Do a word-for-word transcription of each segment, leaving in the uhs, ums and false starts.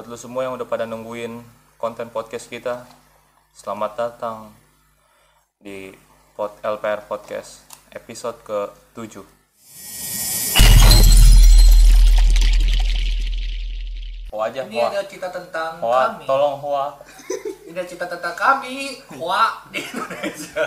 buat lu semua yang udah pada nungguin konten podcast kita, selamat datang di Pod L P R Podcast episode ke tujuh. Hoa aja, Ini Hoa. ada cerita tentang Hoa, kami. tolong Hoa. Ini ada cerita tentang kami, Hoa di Indonesia.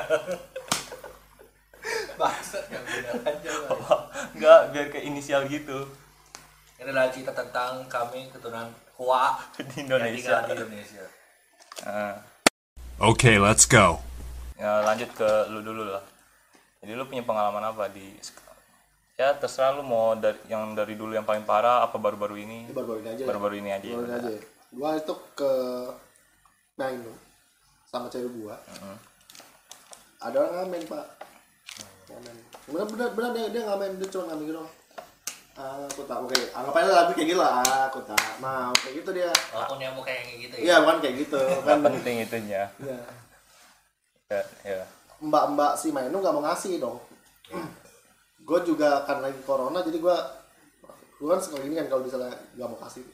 Bangsat yang beda aja. Enggak, biar kayak inisial gitu. Ini adalah cerita tentang kami keturunan Hoa Di Indonesia. yang tinggal di Indonesia. Nah, Okay, let's go. ya lanjut ke lu dulu lah. Jadi lu punya pengalaman apa di, ya terserah lu mau dari yang dari dulu yang paling parah apa baru-baru ini? Baru-baru ini aja. Baru-baru ini aja. Baru-baru ini aja. Gua itu ke main sama cewek gua. Mm-hmm. Ada orang ngamen, Pak. Ngamen. Bener-bener bener dia, dia ngamen, dia cuma ngamen gitu. Ah, aku tak oke. Anggap aja lagu kayak gitu lah. Ah, aku tak mau kayak gitu dia. Walaupun dia mau kayak gitu ya. Iya, bukan kayak gitu. Kan Penting itunya. iya. Ya, ya. Mbak-mbak si Mainu nggak mau ngasih dong. Gue juga kan lagi corona, jadi gue gue kan sekali ini kan kalau misalnya nggak mau kasih.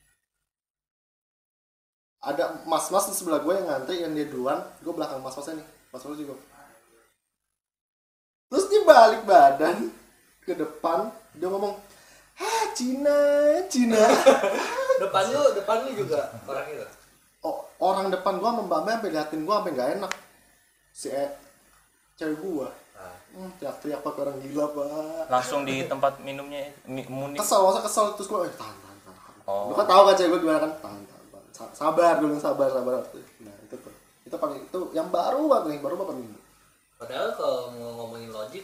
Ada mas-mas di sebelah gue yang ngantri, yang dia duluan, gue belakang mas-masnya nih, mas-mas juga. Terus dia balik badan ke depan, dia ngomong, ah Cina, Cina. Depan lu, depan lu juga orang itu. Oh, orang depan gue membambanya sampai liatin gue sampai nggak enak. Si e, cewek gue. Hmm, teriak-teriak pakai orang gila, Pak. Langsung di tempat minumnya mi- muni. Kesel, masa kesel terus gue, eh tahan, tahan, tahan. Oh. Lu kan tahu kan cewek gue gimana kan? Tahan, tahan, tahan. Sa- Sabar, gue bilang sabar, sabar. Nah itu tuh, itu paling itu yang baru banget nih, baru berapa minggu? Padahal kalau mau ngomongin logik,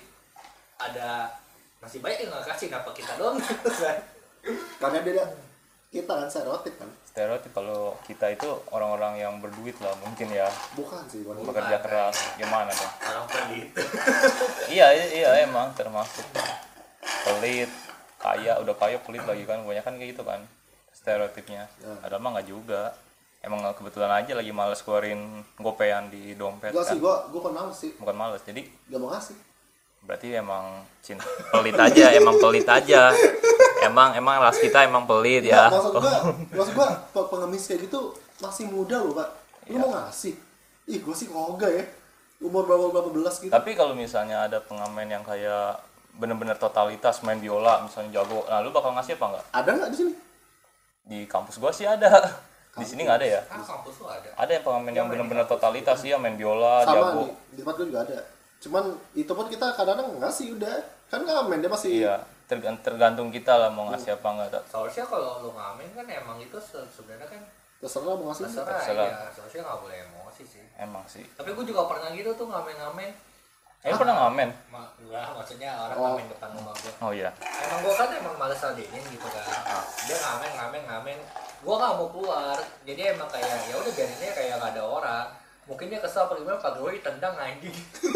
ada masih banyak yang nggak kasih, kenapa kita doang gitu kan? Karena dia kita kan stereotip kan, Stereotip kalau kita itu orang-orang yang berduit lah mungkin ya, bukan sih, bukan. bekerja keras. Gimana dong? Orang pelit. Iya, iya emang termasuk pelit, kaya, udah kaya pelit lagi kan, banyak kan kayak gitu kan stereotipnya. Ya. Padahal mah nggak juga. Emang kebetulan aja lagi males keluarin gopean di dompet Enggak kan. sih, gue gue kan males sih, Bukan males, jadi gak mau ngasih. berarti emang cinta pelit aja, emang pelit aja. Emang emang ras kita emang pelit ya. Nggak, maksud gue, maksud gue pe- pengemis kayak gitu masih muda loh, Pak. Lu Iya. mau ngasih? Ih, gue sih kogak ya, umur berapa berapa belas gitu. Tapi kalau misalnya ada pengamen yang kayak bener-bener totalitas main biola misalnya jago, nah lu bakal ngasih apa enggak? Ada nggak di sini? Di kampus gua sih ada. Di sini nggak ada ya? Ah, kampus lu ada. Ada yang pengamen yang main di bener-bener kampus. totalitas ya, main biola, Sama jago. nih, di tempat gue juga ada. Cuman itu pun kita kadang-kadang ngasih udah. Kan ngamen dia masih. Iya, tergan- tergantung kita lah mau ngasih apa enggak. Seharusnya kalau lu ngamen kan emang itu se- sebenarnya kan Terserah mau ngasih. terserah, Terserah. ya. Seharusnya nggak boleh emosi sih. Emang sih. Tapi gue juga pernah gitu tuh ngamen-ngamen. Eh pernah ngamen? Ma, enggak, maksudnya orang Oh. ngamen depan rumah gue. Oh iya. Emang gue kan emang males ladenin gitu kan. Dia ngamen, ngamen, ngamen. Gue nggak mau keluar. Jadi emang kayak ya udah biarinnya kayak nggak ada orang. Mungkin dia kesel apa gimana, Pak gue ditendang anjing.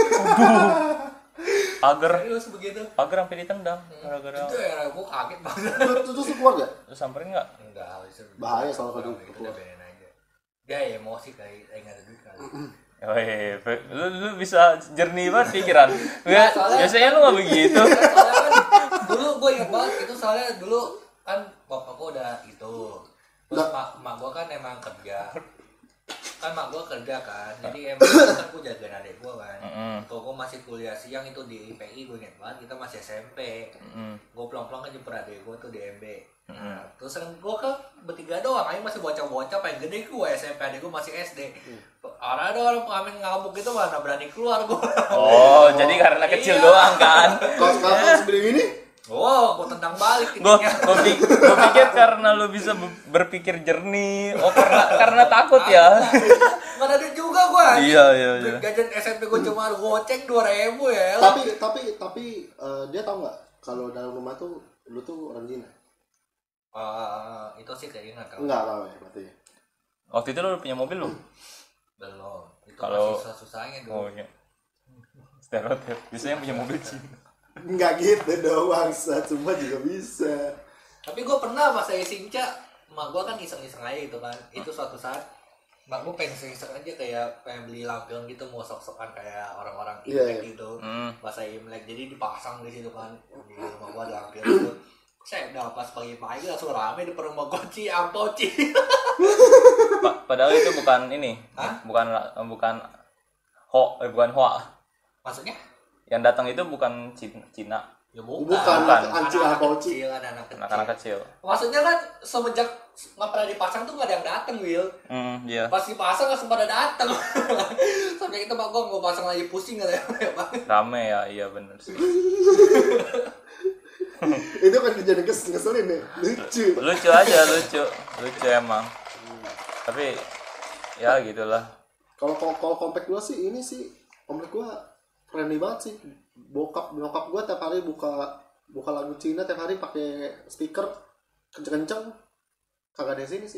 Pagar, Serius begitu. pagar sampai ditendang gara-gara. Itu ya gue kaget banget. Terus terus lu keluar gak? Lu samperin enggak? Enggak, itu Bahaya soal kalau itu keluar. udah biarin aja. Dia emosi kayak kayak nggak ada duit kali. Weh, lu, lu bisa jernih banget pikiran. Nggak, soalnya- biasanya lu nggak begitu. Soalnya kan dulu gue ingat banget itu soalnya dulu kan bapak gue udah itu. Terus mak, mak gue kan emang kerja. Kan mak gue kerja kan, jadi emang kan gue jagain adik gue kan. Mm-mm. Kalau gue masih kuliah siang itu di I P I, gue inget banget kita masih S M P. Mm. Gue pulang-pulang kan jemput adik gue tuh di M B. Nah, terus kan gue kan bertiga doang, ayo masih bocah-bocah, pengen gede gue S M P, adik gue masih S D. Orang ada orang pengamen ngamuk gitu mana berani keluar gue. Oh, jadi karena kecil Iya. doang kan? Kalau sekarang sebelum ini, Wow, gue tendang balik Gue intinya. gue pikir, gua pikir karena lu bisa be- berpikir jernih. Oh karena karena takut ya? Nggak ada duit juga gue. Iya, iya, iya. Duit jajan S M P gue cuma goceng dua ribu ya. tapi tapi tapi eh, dia tahu nggak kalau dalam rumah tuh lu tuh orang Cina? Ah, itu sih kayaknya nggak tahu. Enggak tahu ya berarti. Waktu itu lu punya mobil lu? Belum. Itu Kalau- masih susah-susahnya Oh dulu. iya. Stereotip. Biasanya yang punya mobil Cina. Enggak gitu dong, bangsa. Semua juga bisa. Tapi gue pernah pas saya Sinca, emak gue kan iseng-iseng aja gitu kan. Itu suatu saat emak gue pengen iseng-iseng aja kayak pengen beli lampion gitu, mau sok-sokan kayak orang-orang Iya, Imlek iya. gitu. Hmm. Pas saya Imlek, jadi dipasang di situ kan. Di rumah gue ada lampion gitu. Saya udah pas pagi-pagi langsung rame di rumah gue, Ci, ampo, Ci. Pa- padahal itu bukan ini, Hah? bukan bukan ho, eh, bukan hoa. Maksudnya? Yang datang itu bukan Cina, Cina. Ya Bukan, Bukan. anci Anak-anak Alfauci. kecil, anak-anak kecil. anak-anak kecil. Maksudnya kan semenjak nggak pernah dipasang tuh nggak ada yang datang, Will. Hmm, iya. Pas dipasang langsung pada datang. Sampai kita pak gua mau pasang lagi pusing kata ya bang. Rame ya, iya bener sih. Itu kan kejadian kes ngeselin ya, lucu. Lucu aja, lucu, lucu emang. Tapi ya gitulah. Kalau kalau kalau komplek gua sih ini sih komplek gua friendly banget sih. Bokap nyokap gua tiap hari buka buka lagu Cina tiap hari pakai speaker kenceng-kenceng. Kagak ada di sini sih.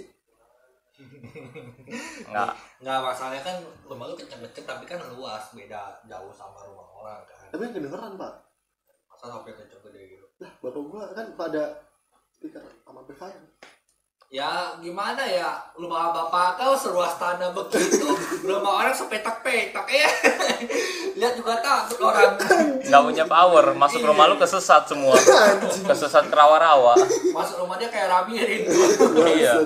Nggak, Nggak masalahnya kan rumah lu kenceng-kenceng tapi kan luas beda jauh sama rumah orang kan. Tapi yang kedengeran pak. Masa sampai kenceng gede gitu. Lah bapak gua kan pada speaker amplifier. Ya gimana ya, rumah bapak kau seluas tanah begitu, rumah orang sepetak-petak ya. Lihat juga takut orang. nggak punya power. Masuk rumah lu kesesat semua. Kesesat kerawa-rawa. Masuk rumah dia kayak rabirin. Iya.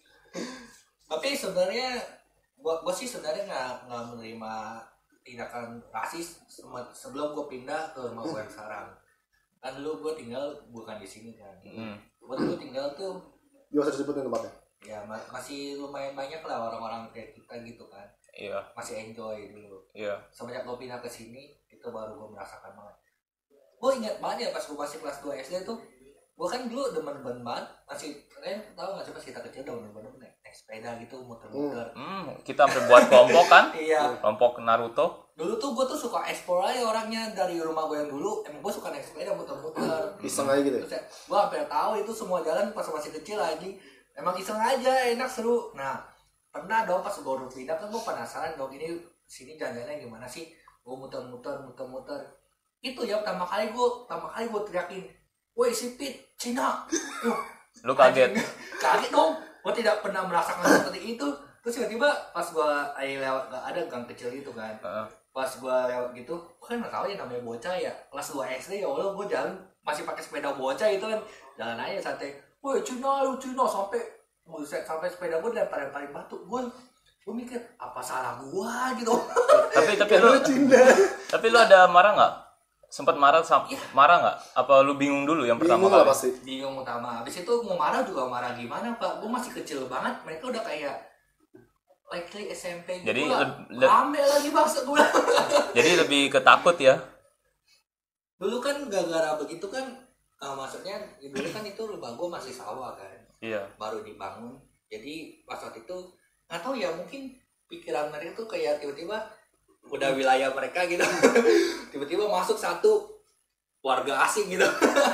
Tapi sebenarnya gua gua sih sebenarnya nggak nggak menerima tindakan rasis sem- sebelum gua pindah ke rumah gua yang sekarang. Kan dulu gua tinggal bukan di sini kan. Hmm. Gua dulu tinggal tuh Gak usah disebutin tempatnya. ya ma- masih lumayan banyak lah orang-orang kayak kita gitu kan. Iya, Masih enjoy dulu. iya. Semenjak gua pindah ke sini itu baru gua merasakan banget. Gua ingat banget ya pas gua masih kelas dua S D tuh, gua kan dulu demen-demen banget, masih kalian tahu nggak sih pas kita kecil demen-demen naik, naik sepeda gitu muter-muter. Hmm, kita sampai buat kelompok kan? Iya. Kelompok Naruto. Dulu tuh gue tuh suka explore aja orangnya dari rumah gue yang dulu. Emang gue suka naik sepeda muter-muter. Iseng aja gitu ya? Terus ya, gue hampir tahu itu semua jalan pas masih kecil lagi. Emang iseng aja, enak, seru. Nah, pernah dong pas gue baru pindah kan gue penasaran dong ini sini jalannya gimana sih? Gue muter-muter, muter-muter. Itu ya pertama kali gue, pertama kali gue teriakin, woi si Pit, Cina. Tuh, Lu kaget. anjing. Kaget dong. Gue tidak pernah merasakan seperti itu. Terus tiba-tiba pas gue ayo lewat, gak ada gang kecil gitu kan. Heeh. Pas gue lewat gitu, gue kan gak tau ya namanya bocah ya. Kelas dua S D ya Allah gue jalan masih pakai sepeda bocah itu kan. Jalan aja santai. Woi Cina lu Cina sampai buset sampai sepeda gue dilempar-lemparin batu. Gue gue mikir apa salah gue gitu. Tapi tapi lu tapi lu ada marah nggak? Sempat marah sam- marah nggak? Apa lu bingung dulu yang pertama Bingung kali? lah pasti. Bingung utama. Habis itu mau marah juga marah gimana pak? Gue masih kecil banget. Mereka udah kayak likely S M P gitu Jadi lah. le- le- Rame lagi bahasa gue. Jadi lebih ketakut ya? Dulu kan gara-gara begitu kan, uh, maksudnya dulu kan itu rumah gue masih sawah kan. Iya. Baru dibangun, jadi pas waktu itu nggak tahu ya mungkin pikiran mereka tuh kayak tiba-tiba udah wilayah mereka gitu tiba-tiba masuk satu warga asing gitu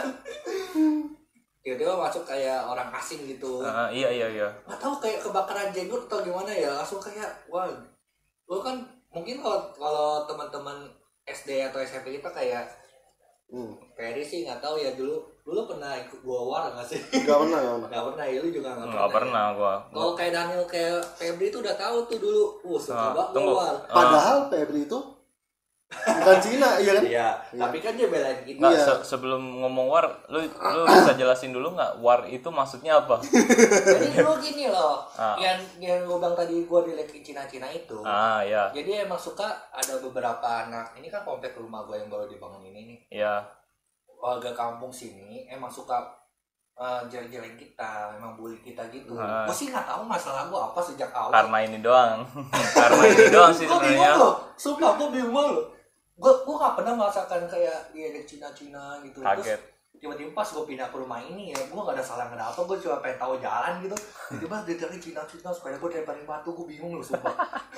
tiba-tiba masuk kayak orang asing gitu Uh, iya iya iya. nggak tahu kayak kebakaran jenggot atau gimana ya langsung kayak wah lu kan mungkin kalau kalau teman-teman S D atau S M P kita kayak Hmm. Ferry sih nggak tahu ya dulu dulu pernah ikut gua war nggak sih Gak pernah, gak pernah. nggak pernah ya lu juga nggak Nggak pernah gua. kalau kayak Daniel kayak Febri tuh udah tahu tuh dulu uh suka Ah, banget tunggu. war Padahal Febri itu bukan Cina, iya kan? iya tapi kan dia belain gitu Nggak, Iya. se- sebelum ngomong war, lu lu bisa jelasin dulu nggak war itu maksudnya apa? jadi dulu gini loh Ah. yang yang gua bilang tadi gua di lagi Cina-Cina itu Ah ya, jadi emang suka ada beberapa anak ini kan komplek rumah gua yang baru dibangun ini nih ya. warga kampung sini emang suka uh, jelek-jelekin kita, emang bully kita gitu. Ah. Gue sih nggak tahu masalah gue apa sejak awal. Karena ini doang. Karena ini doang sih Gue bingung sebenarnya. loh, sumpah gue bingung loh. Gue gue nggak pernah merasakan kayak dia ada Cina-Cina gitu. Kaget. Terus tiba-tiba pas gue pindah ke rumah ini ya, gue nggak ada salah nggak ada apa, gue cuma pengen tahu jalan gitu. Tiba-tiba dia dari Cina-Cina supaya gue lemparin batu, gue bingung loh sumpah.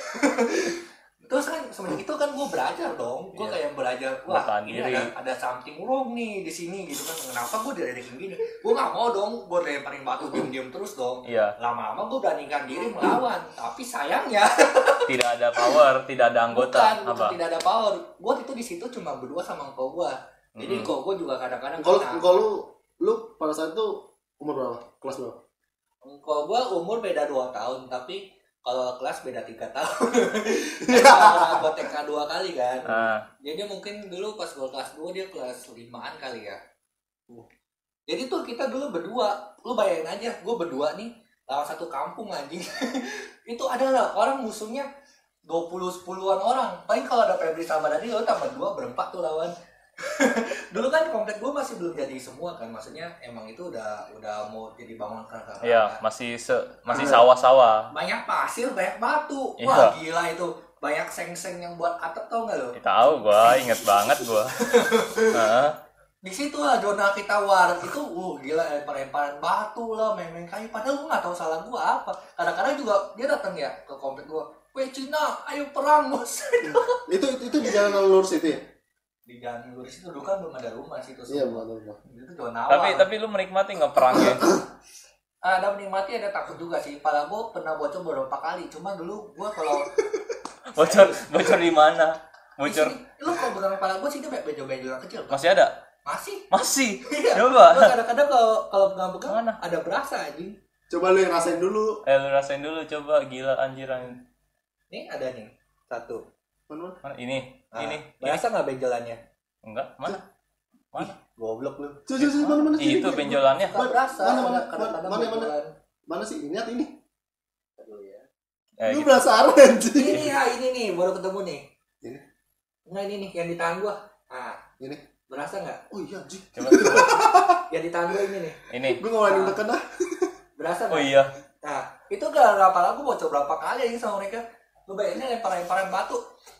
Terus kan semenjak itu kan gue belajar dong, gue Iya. kayak belajar wah Bertahan ini diri. ada, ada something wrong nih di sini gitu kan, kenapa gue diledekin gini? Gue nggak mau dong, gue lemparin batu diem-diem terus dong. Iya. Lama-lama gue beranikan diri melawan, tapi sayangnya Tidak ada power, tidak ada anggota. bukan, Apa? bukan tidak ada power. Gue itu di situ cuma berdua sama engkau gue. Jadi Mhm. engkau gue juga kadang-kadang Kalau kena. kalau lu lu pada saat itu umur berapa? Kelas berapa? Engkau gue umur beda dua tahun, tapi kalau kelas beda tiga tahun. Karena gue T K dua kali kan. Ah, Jadi mungkin dulu pas gue kelas dua dia kelas limaan kali ya. Jadi tuh kita dulu berdua, lu bayangin aja, gue berdua nih lawan satu kampung anjing. Itu adalah orang musuhnya dua puluh sepuluhan orang. Paling kalau ada Febri sama Dani lo tambah dua berempat tuh lawan. Dulu kan komplek gue masih belum jadi semua kan, maksudnya emang itu udah udah mau jadi bangun kan. Iya, masih se, masih sawah-sawah. Banyak pasir, banyak batu. Iya. Wah, gila itu. Banyak seng-seng yang buat atap, tau nggak lo? Ya, tahu gua, inget banget gua. Heeh. Di situ lah zona kita war itu, uh gila lempar-lemparan batu lah, main-main kayu. Padahal gue nggak tahu salah gue apa. Kadang-kadang juga dia datang ya ke komplek gue. Weh Cina, ayo perang bos. Itu itu, itu di jalan lurus itu ya? Di jalan lurus itu dulu kan belum ada rumah sih itu. Iya, semua. benar. Itu zona Tapi war. tapi lu menikmati nggak perangnya? Ada menikmati, ada takut juga sih. Pala gue pernah bocor beberapa kali. Cuma dulu gue kalau Bocor bocor di mana? di Bocor sini, lu kalau beneran pala gue sih dia kayak benjol-benjolan kecil. Kan? masih ada? Masih. Masih. Iya. Coba. Gua kadang-kadang kalau kalau pegang-pegang Mana? ada berasa anjing. Coba lu yang rasain dulu. Eh lu rasain dulu coba, gila anjiran. Nih ada nih satu. Mana? Mana ini? Nah, Ini. berasa nggak benjolannya? Enggak, mana? Mana? Goblok lu. Cuy, cuy, cuy, mana mana sini? Itu benjolannya. Nggak berasa. Mana, mana, kadang-kadang mana, mana? benjolan. Mana sih? Ini atau ini? Aduh ya. Eh, Lu gitu. berasa anjing. Ini nih, ya, ini nih baru ketemu nih. Ini? Nah ini nih yang di tangan gua. Nah, Ini. berasa nggak? Oh iya anjing. Coba, coba. Yang di tangan gua ini nih. Ini. Gue nggak mau ditekan dah. Berasa Oh nggak? iya. Nah, itu gak berapa lagu bocor berapa kali aja sama mereka. Lu bayangin lempar-lemparan batu.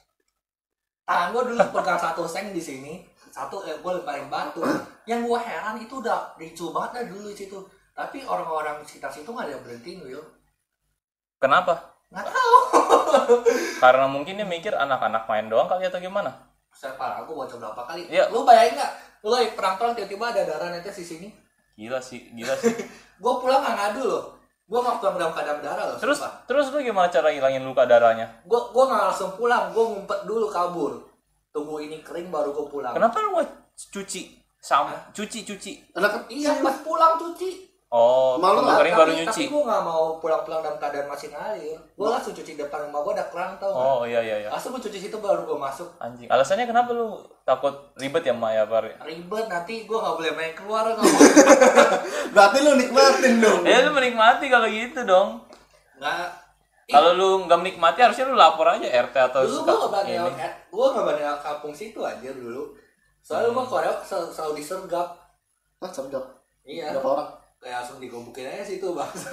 Tangan gua dulu pegang satu seng di sini, satu eh, gua lemparin batu. Yang gua heran itu udah ricu banget dah dulu di situ. Tapi orang-orang di sekitar situ nggak ada yang berhenti, Will. Kenapa? Nggak tahu. Karena mungkin dia mikir anak-anak main doang kali atau gimana? Saya parah, aku bocor berapa kali. Iya. Lu bayangin nggak? Lu lagi perang-perang tiba-tiba ada darah netes di sini. Gila sih, gila sih. Gua pulang nggak ngadu loh. Gua nggak pulang dalam keadaan berdarah loh. Terus sumpah. terus lu gimana cara hilangin luka darahnya? Gua gua nggak langsung pulang. Gua ngumpet dulu kabur. Tunggu ini kering baru gua pulang. Kenapa lu nggak cuci? Sama cuci cuci. Anak Iya, pas pulang cuci. Oh, Malu tunggu lah, kering tapi, baru Tapi nyuci. gue gak mau pulang-pulang dalam keadaan masih ngalir. Gue langsung cuci depan rumah gue ada keran tau gak? Oh iya iya iya. Langsung gue cuci situ baru gue masuk. Anjing. Alasannya kenapa lu takut ribet ya, Mak ya, Par? Ribet nanti gue gak boleh main keluar gak mau. berarti lu nikmatin dong. Ya lu menikmati kalau gitu dong. Nggak. Kalau lu nggak menikmati harusnya lu lapor aja R T atau Dulu gue suka- gak bandel, ini. eh, gue gak bandel kampung situ aja dulu. Soalnya gue Korea sel- selalu disergap. Ah, sedap. Iya. Berapa orang? Kayak langsung digobukin aja situ bangsa.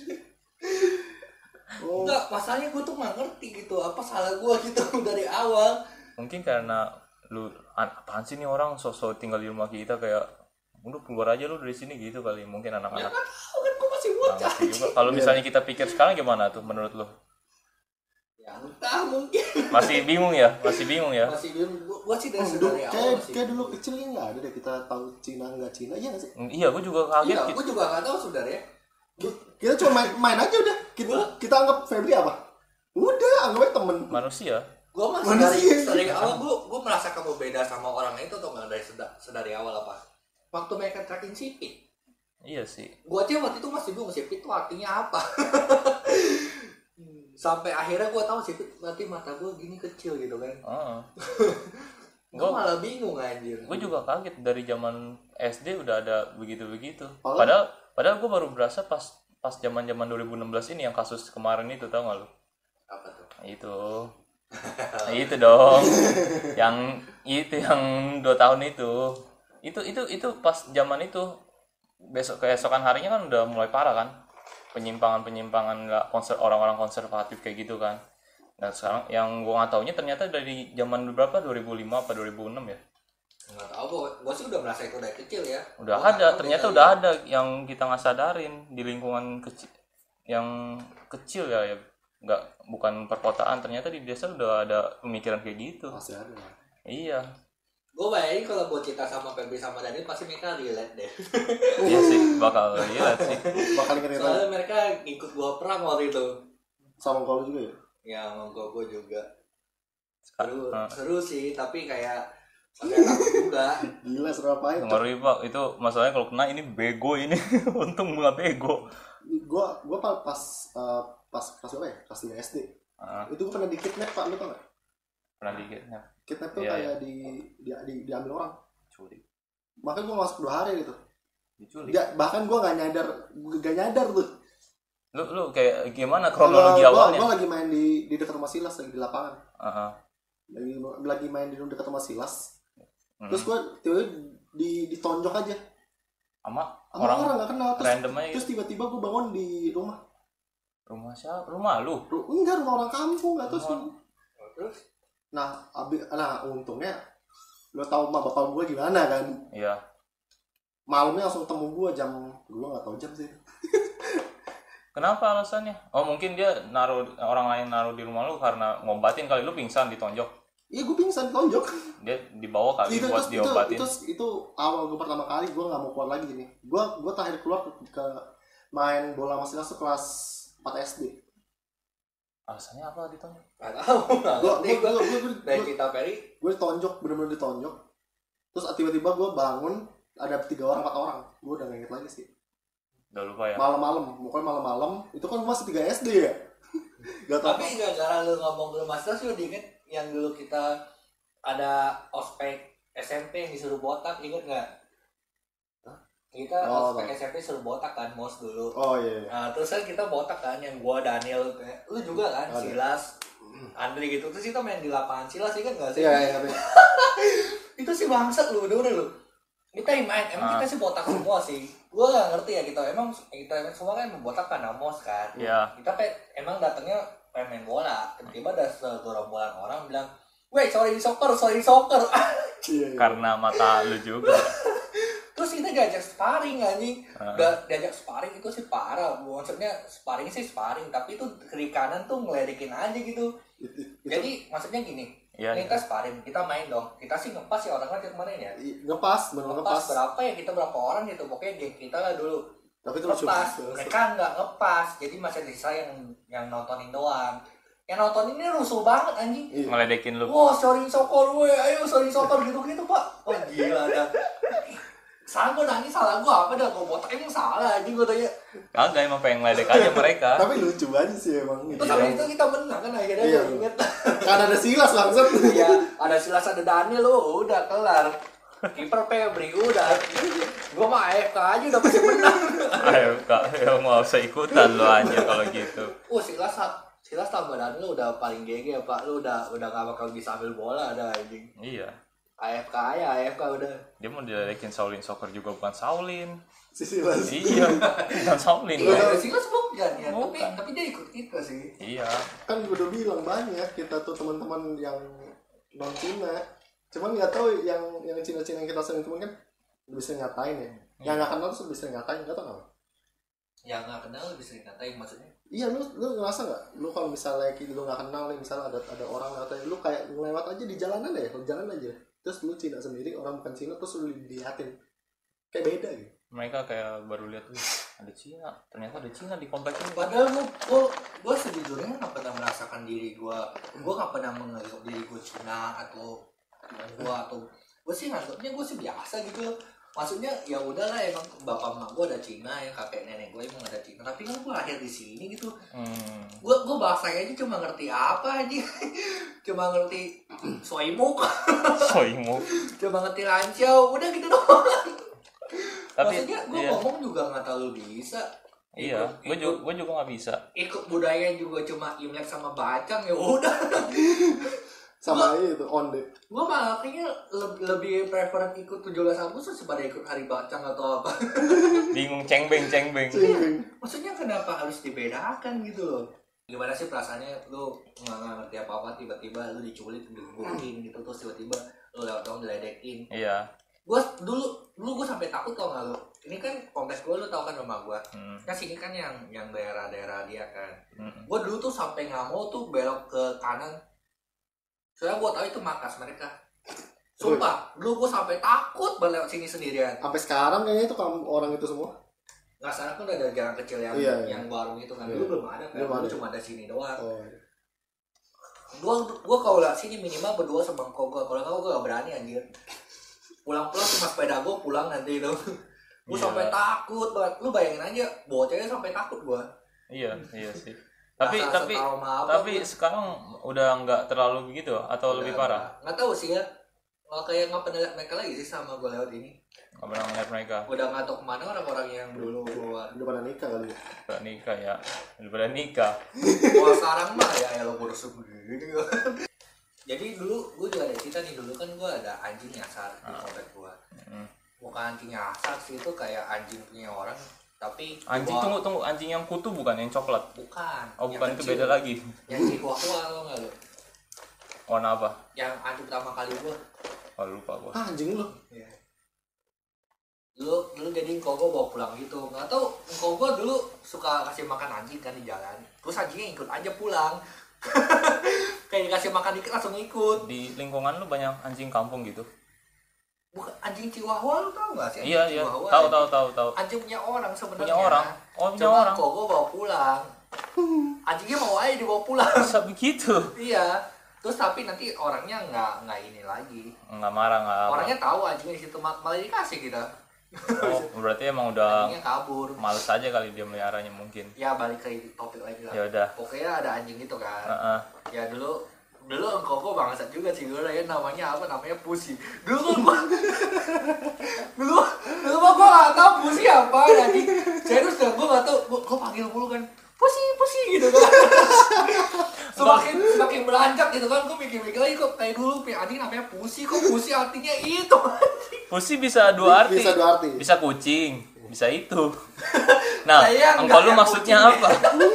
Oh. Enggak, masalahnya gue tuh gak ngerti gitu. Apa salah gue gitu dari awal. Mungkin karena lu an- apaan sih nih orang sosok tinggal di rumah kita kayak udah keluar aja lu dari sini gitu kali mungkin Ya anak-anak. kan tau kan gue masih Nggak bocah. ngerti juga. Kalau misalnya kita pikir sekarang gimana tuh menurut lu? Ya entah mungkin. Masih bingung ya? Masih bingung ya? Masih bingung. Gue sih dari, Oh, dulu, dari awal kayak, masih kayak dulu kecilnya nggak ada deh kita tahu Cina nggak Cina, iya nggak sih? Mm, Iya, gue juga kaget Iya, gitu. gue juga gak tahu sebenarnya. Kita cuma main, main aja udah. Kita kita anggap Febri apa? Udah, anggapnya temen. Manusia. Gue masih Mana dari, sih? dari awal gue gue merasa kamu beda sama orang itu atau nggak dari seda, sedari awal apa? Waktu mereka tracking sipit, Iya sih. gue aja waktu itu masih bingung sipit itu artinya apa. Sampai akhirnya gue tahu sipit berarti mata gue gini kecil gitu kan. Heeh. Gue malah bingung anjir. Gue juga kaget dari zaman S D udah ada begitu-begitu. Oh. Padahal padahal gue baru berasa pas pas zaman-zaman dua ribu enam belas ini yang kasus kemarin itu, tau gak lu? Apa tuh? Itu. Nah, itu dong. Yang itu yang dua tahun itu. Itu itu itu pas zaman itu besok keesokan harinya kan udah mulai parah kan. Penyimpangan-penyimpangan nggak konser orang-orang konservatif kayak gitu kan. Nah, sekarang yang gue nggak taunya ternyata dari zaman berapa? dua ribu lima apa dua ribu enam ya? Nggak tahu gue. Gue sih udah merasa itu dari kecil ya. Udah Gua nggak ada, tahu ternyata dia udah dari- ada yang kita nggak sadarin di lingkungan kecil yang kecil ya, ya nggak bukan perkotaan, ternyata di desa udah ada pemikiran kayak gitu. Masih ada. lah. Iya, Gue bayangin kalau gue cerita sama Febri sama Daniel pasti mereka relate deh. iya sih bakal iya sih. Bakal inget Soalnya mereka ikut gue perang waktu itu. sama kalau juga ya. Ya monggo gue juga. Sekar- Seru, Nah, seru sih tapi kayak agak takut juga. Gila seru apain? ngeri pak itu masalahnya kalau kena ini bego ini. Untung nggak bego. Gua gua pas pas uh, pas kelas berapa ya? Kelas tiga S D. Ah, Itu gua pernah di kidnap Pak, lu tau nggak? pernah dikit ya. Kidnap tuh Iya, kayak di, di, di diambil orang. Diculik, Makanya gua masuk dua hari gitu. diculik. Ya, bahkan gua nggak nyadar, nggak nyadar tuh. Lu lu kayak gimana Kalau kronologi gua, awalnya? gua lagi main di di dekat rumah Silas lagi di lapangan. Heeh. Lagi lagi main di dekat rumah Silas. Hmm. Terus gua tiba-tiba di ditonjok aja. Sama Sama orang orang nggak kenal. Terus, random aja. terus tiba-tiba gua bangun di rumah. Rumah siapa? Rumah lu? Ru- Enggak, rumah orang kampung nggak tahu sih. Rumah. Terus Nah, abi, nah untungnya lo tau mah bapak gua gimana kan? Iya. Malamnya langsung temu gua jam gua nggak tahu jam sih. Kenapa alasannya? Oh mungkin dia naruh orang lain naruh di rumah lu karena ngobatin kali lu pingsan ditonjok. Iya, gua pingsan tonjok. Dia dibawa kali itu, buat itu, itu, diobatin. itu, itu awal gue pertama kali gue nggak mau keluar lagi gini. Gue gue terakhir keluar ke, ke main bola masih langsung kelas empat S D. Alasannya apa ditonjok? nggak tahu, nggak Gue ngerti gue gue. gue Dari kita Ferry, gue ditonjok, bener-bener ditonjok. Terus tiba-tiba gue bangun ada tiga orang empat orang. Gue udah nggak inget lagi sih. Udah lupa ya. Malam-malam, pokoknya malam-malam. Itu kan masih tiga S D ya. Gak tau. tapi gara-gara lu ngomong ke Mas Tas, lu diinget yang dulu kita ada ospek S M P yang disuruh botak, inget nggak? Kita Oh, ospek S M P suruh botak kan, mos dulu. Oh iya. iya. Nah, terus kan kita botak kan, yang gua Daniel, kayak lu juga kan, Ada. Silas, Andri gitu. Terus kita main di lapangan Silas, inget nggak sih? Iya iya. iya. Itu sih bangsat lu, bener lu. Kita yang main, emang Ah. kita sih botak semua sih. Gua nggak ngerti ya kita, emang kita semua kan membotak kan mos kan. Iya. Kita pe, emang datangnya pengen main bola. Tiba-tiba ada segerombolan orang bilang, "Weh, sorry soccer, sorry soccer." Iya, iya. Karena mata lu juga. Terus kita diajak sparring anjing. Ah. Udah diajak sparring itu sih parah. Maksudnya sparring sih sparring, tapi itu kiri kanan tuh ngeledekin aja gitu. Itu, itu, Jadi maksudnya gini, Iya. ini kita sparring, kita main dong. Kita sih ngepas ya orangnya kemarin ya. i- ngepas, bener Ngepas ngepas. berapa ya, kita berapa orang gitu. Pokoknya geng kita lah dulu. Tapi itu lucu. Ngepas, mereka nggak ngepas. Jadi masih sisa yang yang nontonin doang. Yang nontonin ini rusuh banget anjing. Iya. Ngeledekin lu. Wah, sorry sokor, weh, ayo sorry sokor gitu-gitu pak. Oh gila dah. Salah gue nangis, salah gue apa dah, gue botak emang salah anjing gue tanya. Kagak emang pengen ngeledek aja mereka. Tapi lucu aja sih emang. Terus habis itu kita menang kan akhirnya Iya. gue inget. Kan ada Silas langsung. Iya, ada Silas ada Daniel lo, udah kelar. Kiper Febri udah. Gue mah A F K aja udah pasti menang. Ayo kak, ya mau usah ikutan lo aja kalau gitu. Oh Silas Silas tambah Daniel udah paling G G ya pak, lu udah udah gak bakal bisa ambil bola ada anjing. Iya. A F K aja, A F K udah. Dia mau diledekin Shaolin Soccer juga bukan Shaolin. Si Silas. Iya, bukan Shaolin. Iya, Bang. Silas bukan ya, tapi Bukan. tapi dia ikut kita sih. Iya. Kan gue udah bilang banyak kita tuh teman-teman yang non Cina. Cuman nggak tahu yang yang Cina-Cina yang kita sering temuin kan lebih sering ngatain ya. Yang nggak kenal tuh lebih sering ngatain, nggak tahu kenapa. Yang nggak kenal lebih sering ngatain maksudnya. Iya, lu lu ngerasa nggak? Lu kalau misalnya kayak lu nggak kenal nih, misalnya ada ada orang ngatain lu kayak ngelewat aja di jalanan ya, jalan aja. Terus lu Cina sendiri, orang bukan Cina, terus lu diliatin. Kayak beda gitu. Mereka kayak baru lihat, "Wih, ada Cina. Ternyata ada Cina di komplek ini." Padahal gua, gua, gua sejujurnya nggak pernah merasakan diri gua, gua nggak pernah menganggap diri gua Cina atau gua atau gua sih nganggapnya gua sih biasa gitu loh. Maksudnya ya udahlah emang bapak emak gua ada Cina ya, kakek nenek gua emang ada Cina, tapi kan gua lahir di sini gitu. Hmm. Gua gua bahasanya aja cuma ngerti apa aja, cuma ngerti soimuk, Soimu. cuma ngerti rancau, udah gitu doang. Tapi Maksudnya gua iya, ngomong juga nggak terlalu bisa. iya. Ikut- Gue ikut- juga, gue juga nggak bisa. ikut budaya juga cuma Imlek sama Bacang ya udah. Sama itu on deh. Gue malah kayaknya lebih, lebih prefer ikut tujuh belas Agustus daripada ikut hari Bacang atau apa. Bingung cengbeng cengbeng. Cing. Maksudnya kenapa harus dibedakan gitu loh? Gimana sih perasaannya lu nggak nggak ngerti apa-apa tiba-tiba lu diculik digebukin gitu terus tiba-tiba lu lewat dong diledekin. Iya. Gue dulu dulu gue sampai takut tau nggak lu? Ini kan kompleks gue lu tau kan rumah gue. Hmm. Kan sini kan yang yang daerah-daerah dia kan. Hmm. Gue dulu tuh sampai nggak mau tuh belok ke kanan. Soalnya gue tahu itu markas mereka. Sumpah, dulu gue sampai takut banget lewat sini sendirian. Sampai sekarang kayaknya itu kamu orang itu semua. Nggak salah kan udah ada jalan kecil yang Iya, iya. yang warung itu kan. Iya. Dulu belum ada kan. Belum Dulu ada. cuma ada sini doang. Oh. iya. Gue gue kalau lewat sini minimal berdua sama kau gue. Kalau nggak gue gak berani anjir. Pulang-pulang cuma sepeda gue pulang nanti itu. Gue Iya. sampai takut banget. Lu bayangin aja, bocahnya sampai takut gue. Iya, iya sih. Tapi Rasa tapi setrauma apa tapi gua. sekarang udah nggak terlalu begitu atau lebih parah? Nggak tahu sih ya. Nggak kayak nggak pernah lihat mereka lagi sih sama gue lewat ini. Nggak pernah ngeliat mereka. Udah nggak tahu kemana orang-orang yang dulu gua. Udah pada nikah kali ya. Udah nikah ya. Udah pada nikah. Wah sekarang mah ya ya lo kurus begini. Jadi dulu gue juga ada cerita nih, dulu kan gue ada anjing nyasar di komplek gue. Hmm. Bukan anjing nyasar sih, itu kayak anjing punya orang, tapi Anjing gua- tunggu tunggu anjing yang kutu bukan yang coklat. bukan. Oh yang bukan itu kecil. beda lagi. Yang chihuahua lo nggak lo? Warna apa? Yang anjing pertama kali gue. Oh lupa gua. Ah, anjing lu. Iya. Dulu dulu jadi engkau gue bawa pulang gitu, nggak tahu engkau gue dulu suka kasih makan anjing kan di jalan, terus anjingnya ikut aja pulang. Kayak dikasih makan dikit langsung ikut. Di lingkungan lu banyak anjing kampung gitu. Bukan anjing chihuahua, lu tau nggak sih? Anjing Iya iya. chihuahua, Tahu anjing- tahu tahu tahu. Anjing punya orang sebenarnya. Punya orang. Oh punya Cuma orang. kok gue bawa pulang. Anjingnya mau aja dibawa pulang. Bisa begitu. Iya. Terus tapi nanti orangnya nggak nggak ini lagi. Nggak marah nggak apa. Orangnya tahu anjingnya di situ mal- malah dikasih kita. Oh berarti emang udah Anjingnya kabur. males aja kali dia meliharanya mungkin. Ya balik ke topik lagi lah. Ya udah. Pokoknya ada anjing itu kan. Heeh. Ya dulu dulu engkau kok bangsat juga sih dulu ya, namanya apa, namanya Pusi. Dulu kan gua dulu dulu mah gua nggak tahu Pusi apa anjing. Serius dah gua nggak tahu, gua, gua panggil mulu kan Pusi Pusi gitu kan. semakin semakin beranjak gitu kan, gua mikir-mikir lagi kok kayak dulu punya anjing namanya Pusi, kok Pusi artinya itu anjing. Pusi bisa dua arti. Bisa dua arti. Bisa kucing, bisa itu. Nah, Saya engkau nggak lu yang maksudnya kucing. apa?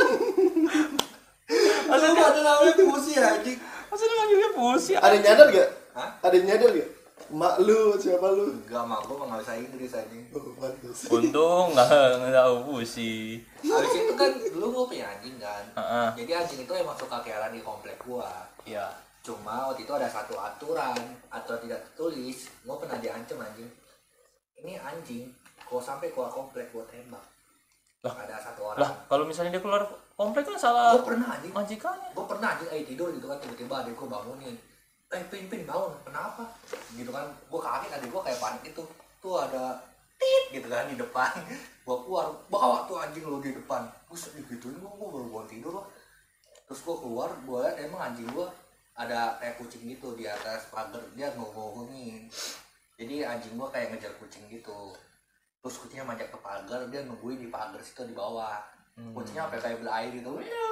Masa gua ada namanya Pusi anjing. Masa lu manggilnya Pusi? Ada yang nyadar gak? Hah? Ada yang nyadar gak? Mak lu, siapa lu? Enggak, mak gua nggak bisa Inggris anjing. Oh, bagus. Untung nggak nggak tahu Pusi. Habis itu kan dulu gua punya anjing kan. Heeh. Jadi anjing itu emang suka keliaran di komplek gua. Iya. Cuma waktu itu ada satu aturan, aturan tidak tertulis. Gua pernah diancam anjing. Ini anjing, kalau sampai keluar komplek gua tembak. Lah. Ada satu orang. Lah, kalau misalnya dia keluar komplek kan salah Gua pernah anjing. majikannya. Gue pernah anjing eh tidur gitu kan, tiba-tiba adik gue bangunin, eh pin pin bangun, kenapa gitu kan. Gue kaget, adik gue kayak panik itu, tuh ada tit gitu kan di depan. Gue keluar, bawa tuh anjing lu di depan. Buset digituin, gue gue baru bangun tidur loh. Terus gue keluar, gue liat emang anjing gue ada kayak kucing gitu di atas pagar, dia ngomongin. Jadi anjing gue kayak ngejar kucing gitu. Terus kucingnya manjat ke pagar, dia nungguin di pagar situ di bawah. Kucingnya sampai kayak belair gitu.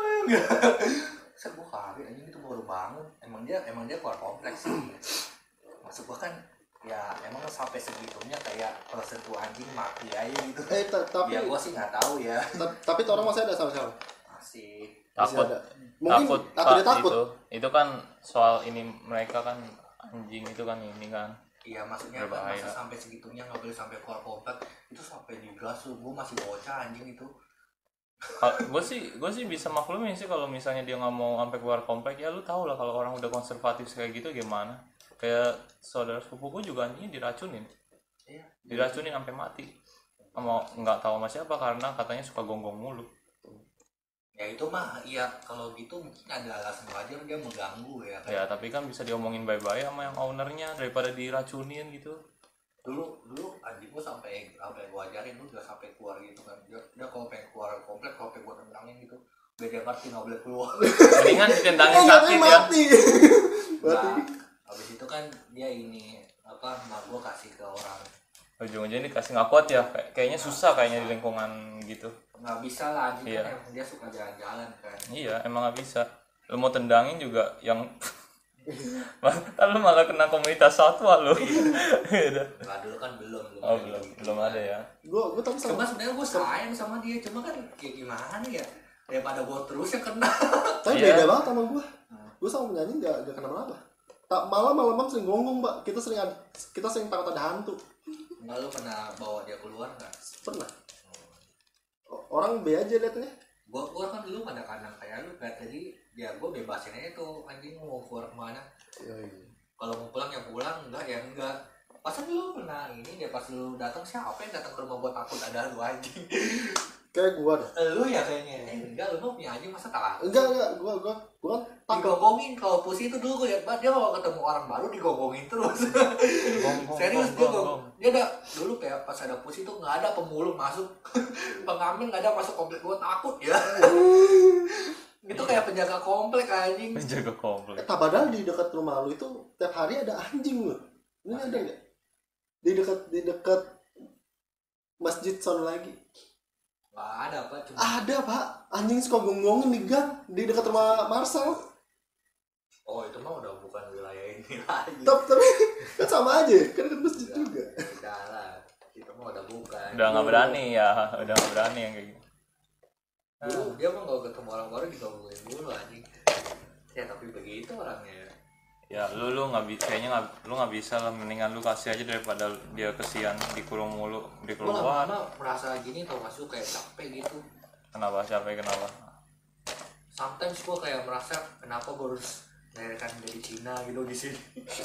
Saya gua kaget anjing itu baru bangun. Emang dia emang dia keluar kompleks sih. Maksud gua kan ya emang sampai segitunya kayak kalau sentuh anjing mati aja gitu. Eh, ta- tapi Ya gua sih nggak tahu ya. ta- tapi tuh orang masih ada sama siapa? Masih. Takut. ada. Mungkin Takut, atau Pak, dia takut. itu. Itu kan soal ini mereka kan anjing itu kan ini kan. Iya maksudnya kan Berbahaya. masa sampai segitunya nggak boleh sampai keluar komplek, itu sampai digas tuh. Gua masih bocah anjing itu. Gue sih gue sih bisa maklumin sih kalau misalnya dia nggak mau sampai keluar komplek, ya lu tau lah kalau orang udah konservatif kayak gitu gimana. Kayak saudara sepupuku juga anjingnya diracunin, Iya. diracunin sampai mati. Mau nggak tahu sama siapa karena katanya suka gonggong mulu. Ya itu mah iya, kalau gitu mungkin ada alasan wajar dia mengganggu ya kan. Ya tapi kan bisa diomongin bye-bye sama yang ownernya daripada diracunin gitu. dulu dulu anjing gua sampai sampai gua ajarin lu udah sampai keluar gitu kan, dia, dia kalau pengen keluar komplek, kalau pengen gua tendangin gitu biar dia ngerti nggak boleh keluar. Mendingan ditendangin Eh, sakit ya. mati. Mati. Nah, habis itu kan dia ini apa, mak gua kasih ke orang, Ujung-ujungnya dikasih nggak kuat ya. Kayak- kayaknya susah kayaknya di lingkungan gitu. nggak bisa lah anjing Iya. kan emang dia suka jalan-jalan kan. Iya emang nggak bisa. Lu mau tendangin juga yang Ntar lu malah kena komunitas satwa lu. Gitu. Nah dulu kan belum belum Oh ada belum gitu. belum ada ya. Gua gua tapi Cuma sama. sebenarnya gua sayang sama dia, cuma kan kayak gimana ya, daripada gua terus yang kena. Tapi Iya. beda banget sama gua. Gua sama penyanyi enggak enggak kenapa-napa. Tak malah malam sering gonggong, Mbak. Kita sering ada- kita sering takut ada hantu. Enggak, lu pernah bawa dia keluar nggak? Pernah. O- Orang B aja liatnya. Gua gua kan dulu pada kandang kayak lu kayak tadi, ya gua bebasin aja tuh anjing mau keluar kemana. Iya, iya. Kalau mau pulang ya pulang, enggak ya enggak. Masa dulu pernah ini dia pas lu datang, siapa yang datang ke rumah buat takut ada lu anjing? Kayak gua dah. Lu ya kayaknya. Eh enggak, lu mah punya anjing masa takut? Enggak enggak, gua gua gua kan takut. Digonggongin. Kalau Pusi itu dulu gue liat banget, dia kalau ketemu orang baru digonggongin terus. Gonggong, Serius dia gonggong, gong- dia ada dulu kayak pas ada Pusi tuh nggak ada pemulung masuk, pengamen nggak ada masuk komplek, gue takut ya. Itu kayak penjaga komplek anjing. Menjaga komplek. Eh, tak padahal di dekat rumah lu itu tiap hari ada anjing lu. Ini ada nggak? Di dekat di dekat masjid sono lagi. Nggak ada pak, cuma Ada pak, anjing suka gonggongin di gang di dekat rumah Marcel. oh itu mah udah bukan wilayah ini lagi. Tapi, tapi kan sama aja, kan dekat masjid juga. Udah lah, itu mah udah bukan. Udah nggak berani ya, udah nggak berani yang kayak gitu. Dulu dia mah kalau ketemu orang baru digabungin dulu anjing. Ya tapi begitu orangnya. Ya lu lu nggak bisa, kayaknya nggak lu nggak bisa lah, mendingan lu kasih aja daripada dia kesian dikurung mulu di Gue keluar. lama-lama merasa gini tau masuk kayak capek gitu. Kenapa siapa kenapa? Sometimes gue kayak merasa kenapa gue harus melahirkan dari Cina gitu di sini.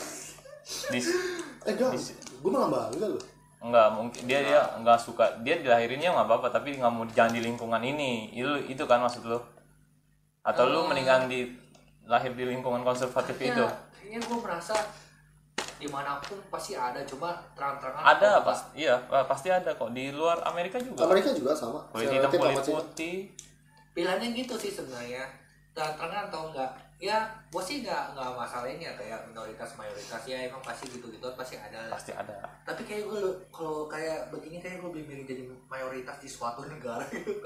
Di, Eh gak, gue malah bangga loh. Enggak, mungkin dia dia nggak suka, dia dilahirinnya nggak apa-apa tapi nggak mau jangan di lingkungan ini. Itu itu kan maksud lu? Atau lu mendingan di lahir di lingkungan konservatif itu? Kayaknya gue merasa dimanapun pasti ada, cuma terang-terangan Ada apa pas, iya pasti ada kok di luar Amerika juga. Amerika juga sama. Kulit hitam Stereotip kulit sama Cina. putih. pilihannya gitu sih sebenarnya, terang-terangan atau enggak. Ya gue sih nggak nggak masalahin ya kayak minoritas mayoritas ya emang pasti gitu-gitu pasti ada lah. Pasti ada. Tapi kayak gue kalau kayak begini kayak gue lebih milih jadi mayoritas di suatu negara gitu.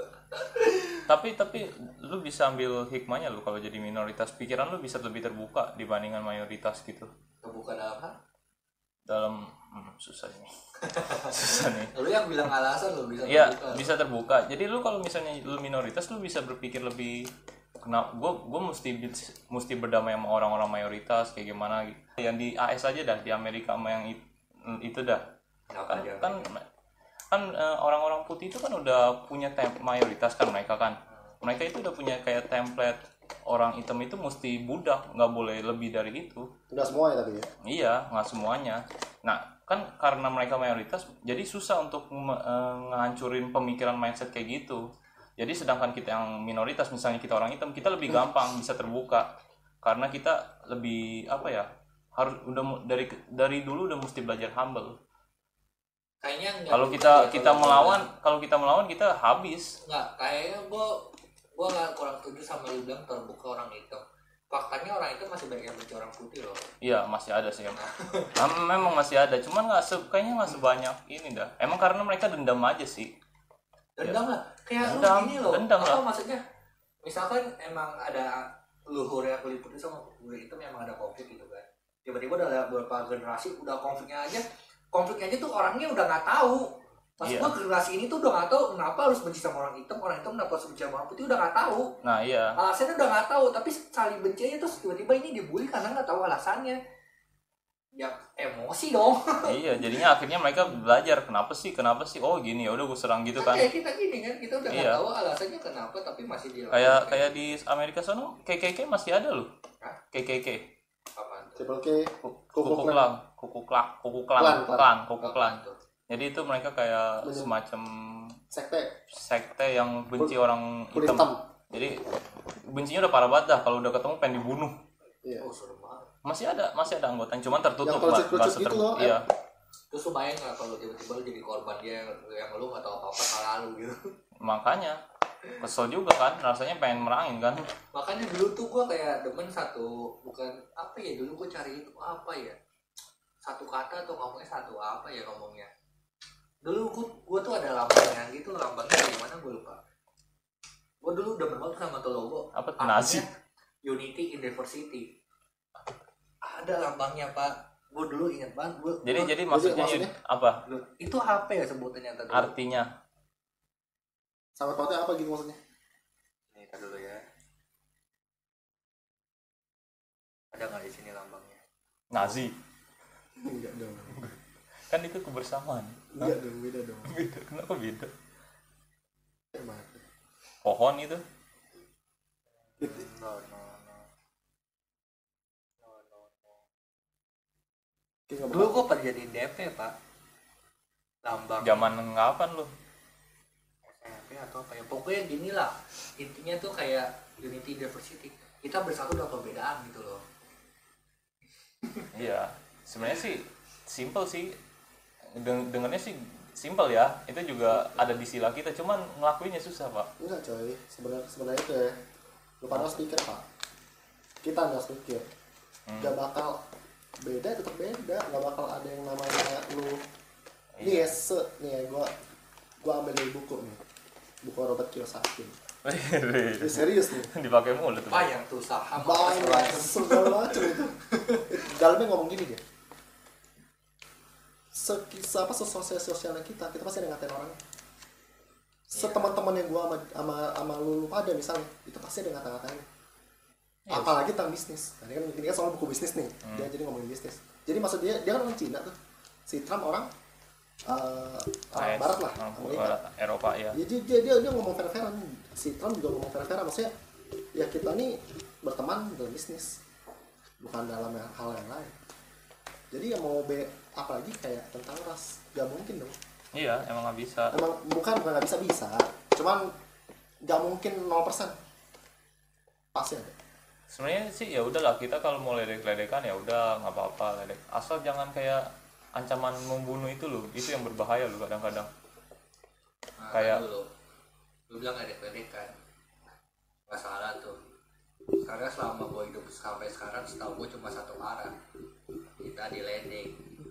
Tapi tapi lu bisa ambil hikmahnya lu kalau jadi minoritas, pikiran lu bisa lebih terbuka dibandingkan mayoritas gitu. Terbuka dalam hal? Dalam hmm, susah nih. Susah nih. Lu yang bilang alasan lu bisa Iya, terbuka. bisa terbuka. Jadi lu kalau misalnya lu minoritas lu bisa berpikir lebih kenapa gue gue mesti mesti berdamai sama orang-orang mayoritas kayak gimana gitu. Yang di A S aja dah, di Amerika sama yang it, itu dah. Kenapa Kan dia kan kan eh, orang-orang putih itu kan udah punya tem- mayoritas kan mereka kan. Mereka itu udah punya kayak template orang hitam itu mesti budak, nggak boleh lebih dari itu. Enggak semua ya tapi ya. Iya, nggak semuanya. Nah, kan karena mereka mayoritas, jadi susah untuk me- eh, ngehancurin pemikiran mindset kayak gitu. Jadi sedangkan kita yang minoritas, misalnya kita orang hitam, kita lebih gampang bisa terbuka karena kita lebih apa ya? Harus udah mu- dari dari dulu udah mesti belajar humble. Kayaknya enggak. Kalau juga kita ya, kita kalau melawan, kalau kita melawan kita habis. enggak, kayaknya gue gue nggak kurang setuju sama lu bilang terbuka orang hitam. Faktanya orang itu masih banyak yang benci orang putih loh. Iya, masih ada sih emang. Mem- Memang masih ada, cuman nggak se- kayaknya nggak sebanyak ini dah. Emang karena mereka dendam aja sih. Dendam lah, kayak Dendam, lu gini loh. dendam Apa lah. maksudnya? Misalkan emang ada luhurnya kulit putih sama kulit hitam memang ada konflik gitu kan. Tiba-tiba udah ada beberapa generasi udah konfliknya aja. Konfliknya aja tuh orangnya udah nggak tahu. Pas Iya. gua generasi ini tuh udah nggak tahu kenapa harus benci sama orang hitam, orang hitam kenapa harus benci sama orang putih udah nggak tahu. Nah, iya. Alasannya udah nggak tahu, tapi saling benci aja terus tiba-tiba ini dibully karena nggak tahu alasannya. Ya emosi dong. Iya, jadinya akhirnya mereka belajar kenapa sih, kenapa sih, oh gini ya udah gue serang gitu kan. Kayak kita gini kan, kita udah nggak Iya. tahu alasannya kenapa tapi masih dilakukan. Kayak kayak di Amerika sono K K K masih ada loh. Hah? K K K. Apaan tuh? Triple K, Ku- Ku Kuku Klux klan, kuku klak, kuku klan, Klan, klan, klan. kuku klan. Apaan tuh? Jadi itu mereka kayak Bener. semacam sekte, sekte yang benci orang kulit hitam. hitam. Jadi bencinya udah parah banget dah, kalau udah ketemu pengen dibunuh. Iya. Oh serem banget. Masih ada, masih ada anggotanya, cuman tertutup, Yang nggak kerucut-kerucut nggak gitu seter- loh, iya. Terus lu bayang nggak kalau tiba-tiba lu jadi korban dia yang, yang lu nggak tahu apa-apa salah lu gitu. Makanya kesel juga kan, rasanya pengen merangin kan. Makanya dulu tuh gua kayak demen satu, bukan apa ya, dulu gua cari itu apa ya, satu kata atau ngomongnya satu apa ya ngomongnya. Dulu gua, gua tuh ada lambangnya gitu, lambangnya dari mana gua lupa. Gua dulu demen banget sama tuh logo. Apa tuh, Nazi? Artinya Unity in Diversity. Ada lambangnya pak. Gua dulu ingat banget. Gua, Jadi gua, jadi maksudnya, maksudnya? apa? itu apa ya sebutannya tadi? Artinya Sangat pautnya apa gitu maksudnya? Nih, tar dulu ya. Ada nggak di sini lambangnya? Nazi. Enggak dong. Kan itu kebersamaan. Enggak dong, beda dong. Beda. Kenapa beda? Emang. Pohon itu. No, no, no. No, no, no. Kayak nggak Dulu bakal- gua pernah jadi D P pak. Lambang Zaman kapan lu? S M P atau apa ya? Pokoknya gini lah. Intinya tuh kayak Unity Diversity. Kita bersatu dalam perbedaan gitu loh. Iya. Sebenarnya sih simple sih. Deng- dengernya sih simple ya. Itu juga ada di sila kita, cuman ngelakuinnya susah, Pak. Enggak coy, sebenarnya sebenarnya itu ya. Lu pada harus pikir pak. Kita harus pikir. Hmm. Gak bakal beda, tetap beda. Gak bakal ada filosofi. Wih, Ini serius nih. dipakai mulu tuh. Bayang tuh saham apa Banyak segala macam. segala macam itu. Dalamnya ngomong gini dia. Sekisah apa sosial sosialnya kita, kita pasti ada ngatain orang. Seteman-teman yang gua sama sama sama lu, lu pada misalnya, itu pasti ada ngata-ngatain. Yes. Apalagi tentang bisnis. Tadi kan ini kan soal buku bisnis nih. Hmm. Dia jadi ngomongin bisnis. Jadi maksud dia dia kan orang Cina tuh. Si Trump orang uh, orang A S, barat lah, orang Amerika. barat, Eropa ya. Jadi dia dia dia ngomong fair-fairan. Si Trump juga ngomong fair-fairan. Maksudnya ya kita nih berteman dalam bisnis, bukan dalam hal yang lain. Jadi ya mau be apalagi kayak tentang ras, gak mungkin dong. Iya, emang nggak bisa. Emang bukan bukan nggak bisa bisa, cuman gak mungkin nol persen. Pasti ada. Sebenarnya sih ya udahlah, kita kalau mau ledek-ledekan ya udah nggak apa-apa ledek. Asal jangan kayak ancaman membunuh itu loh, itu yang berbahaya loh kadang-kadang. Nah, Kayak- dulu lu bilang ledek-ledek kan, nggak salah tuh. Karena selama gue hidup sampai sekarang, setahu gue cuma satu arah, kita diledek.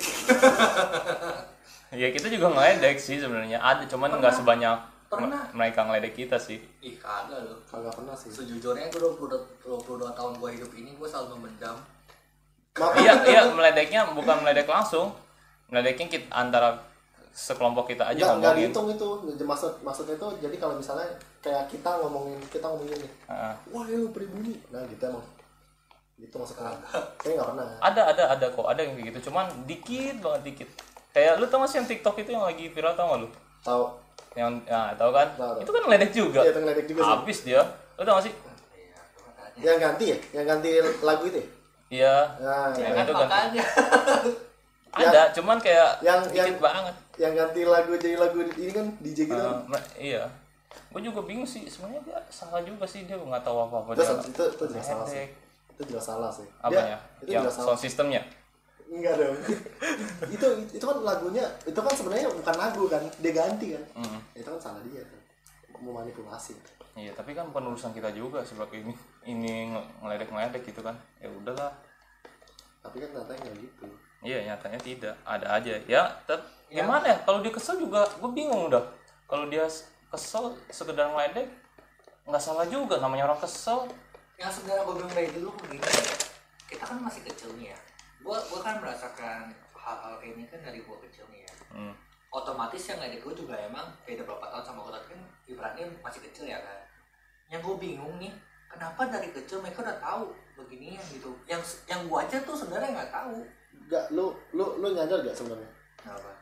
Ya kita juga ngeledek sih sebenarnya, ada cuman nggak Pernah. sebanyak Pernah. me- mereka ngeledek kita sih. Ih kagak loh. Kagak pernah sih. Sejujurnya gue dua puluh dua tahun gue hidup ini gue selalu memendam. Iya, iya meledeknya bukan meledek langsung, meledeknya kita antara sekelompok kita aja Nggak, nggak ngomongin. dihitung itu. Maksud maksudnya itu jadi kalau misalnya kayak kita ngomongin kita ngomongin nih, Heeh. wah lu pribumi, nah gitu emang. Gitu maksudnya. Saya nggak pernah. Ada ada ada kok, ada yang kayak gitu, cuman dikit banget dikit. Kayak lu tau gak sih yang TikTok itu yang lagi viral, tau gak lu? Tahu. Yang ya tahu kan? Tahu, tahu. Itu kan meledek juga. Iya, itu ngeledek juga sih. Habis dia. Lu tau gak sih? Iya, makanya. Yang ganti ya, yang ganti lagu itu. Ya? Iya. Nah, Ya, yang, itu kan. Makanya. Ada, cuman kayak yang dikit yang banget. yang ganti lagu jadi lagu ini kan D J gitu Eh, kan. me- iya. Gue juga bingung sih, sebenarnya dia salah juga sih, dia nggak tahu apa-apa. Itu, Dia itu, itu jelas salah sih. meledek. Itu jelas salah sih. Apanya? Dia, itu Yang jelas salah. sound systemnya. Enggak dong. itu itu kan lagunya, itu kan sebenarnya bukan lagu kan, dia ganti kan. Mm. Itu kan salah dia kan. Memanipulasi. Iya, tapi kan bukan urusan kita juga sebagai ini ini nge- ngeledek-ngeledek gitu kan. Ya udahlah. Tapi kan katanya nggak gitu. Iya, nyatanya tidak. Ada aja. Ya, tet- gimana ya? Kalau dia kesel juga, gue bingung udah. Kalau dia s- kesel sekedar ngeledek, nggak salah juga. Namanya orang kesel. Yang sebenarnya gue bilang dari dulu begini ya. Kita kan masih kecil nih ya. Gue gue kan merasakan hal-hal ini kan dari gue kecil nih ya. Hmm. Otomatis yang ngeledek gue juga emang beda berapa tahun sama gue kan ibaratnya masih kecil ya kan. Yang gue bingung nih, kenapa dari kecil mereka udah tahu beginian gitu. Yang yang gue aja tuh sebenarnya nggak tahu. Enggak, lu lu lu nyadar gak sebenarnya? Kenapa?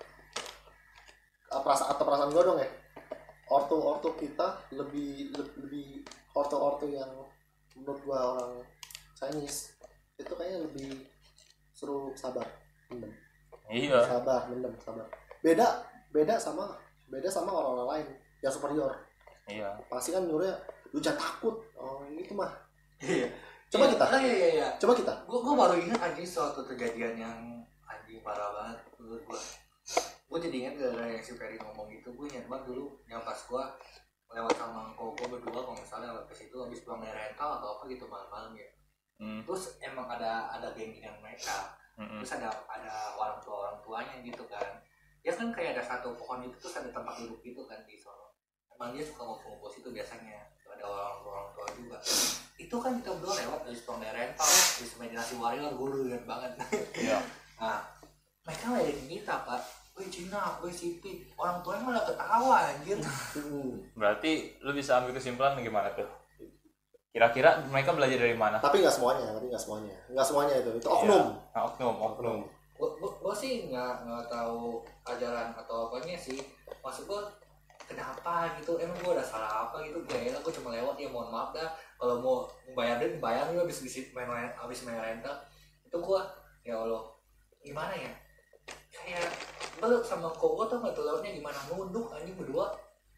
Ah, Perasaan atau perasaan gue dong ya. Ortu-ortu kita lebih lebih, lebih ortu-ortu yang menurut gua orang Chinese itu kayaknya lebih seru sabar, mendem. Iya. Sabar, mendem, sabar. Beda beda sama beda sama orang-orang lain yang superior. Iya. Pasti kan nyuruhnya lu jangan takut. Oh, itu mah. Iya. Coba Iya, kita. oh, iya iya iya. Coba kita. Gue gue baru ingat anjing suatu kejadian yang anjing parah banget menurut gue. Gue jadi ingat gara-gara yang si Ferry ngomong gitu. Gue ingat banget dulu yang pas gue lewat sama koko gue berdua kalau misalnya lewat ke situ habis pulang dari rental atau apa gitu malam-malam ya. Hmm. Terus emang ada ada geng-gengan mereka. Mm-mm. Terus ada ada orang tua orang tuanya gitu kan. Ya kan kayak ada satu pohon itu terus ada tempat duduk gitu kan di sono. Emang dia suka ngumpul-ngumpul situ biasanya. Ada orang tua orang tua juga. Itu kan kita berdua lewat dari pulang dari rental, habis main nasi warrior gue udah liat banget. Iya. Nah, mereka ngeledekin kita pak. Wih Cina, wih Sipit. Orang tuanya malah ketawa anjir. Hmm. Berarti lu bisa ambil kesimpulan gimana tuh? Kira-kira mereka belajar dari mana? Tapi nggak semuanya, tapi nggak semuanya. Nggak semuanya itu. Itu oknum. Iya. Nah, oknum, oknum. Gue sih nggak nggak tahu ajaran atau apanya sih. Maksud gue kenapa gitu? Emang gue udah salah apa gitu? Gue gue cuma lewat ya mohon maaf dah. Kalau mau bayar deh, bayar gue habis habis main habis main rental. Itu gue ya Allah gimana ya? Kayak belum sama kok gue tau nggak tuh lewatnya gimana nunduk anjing berdua.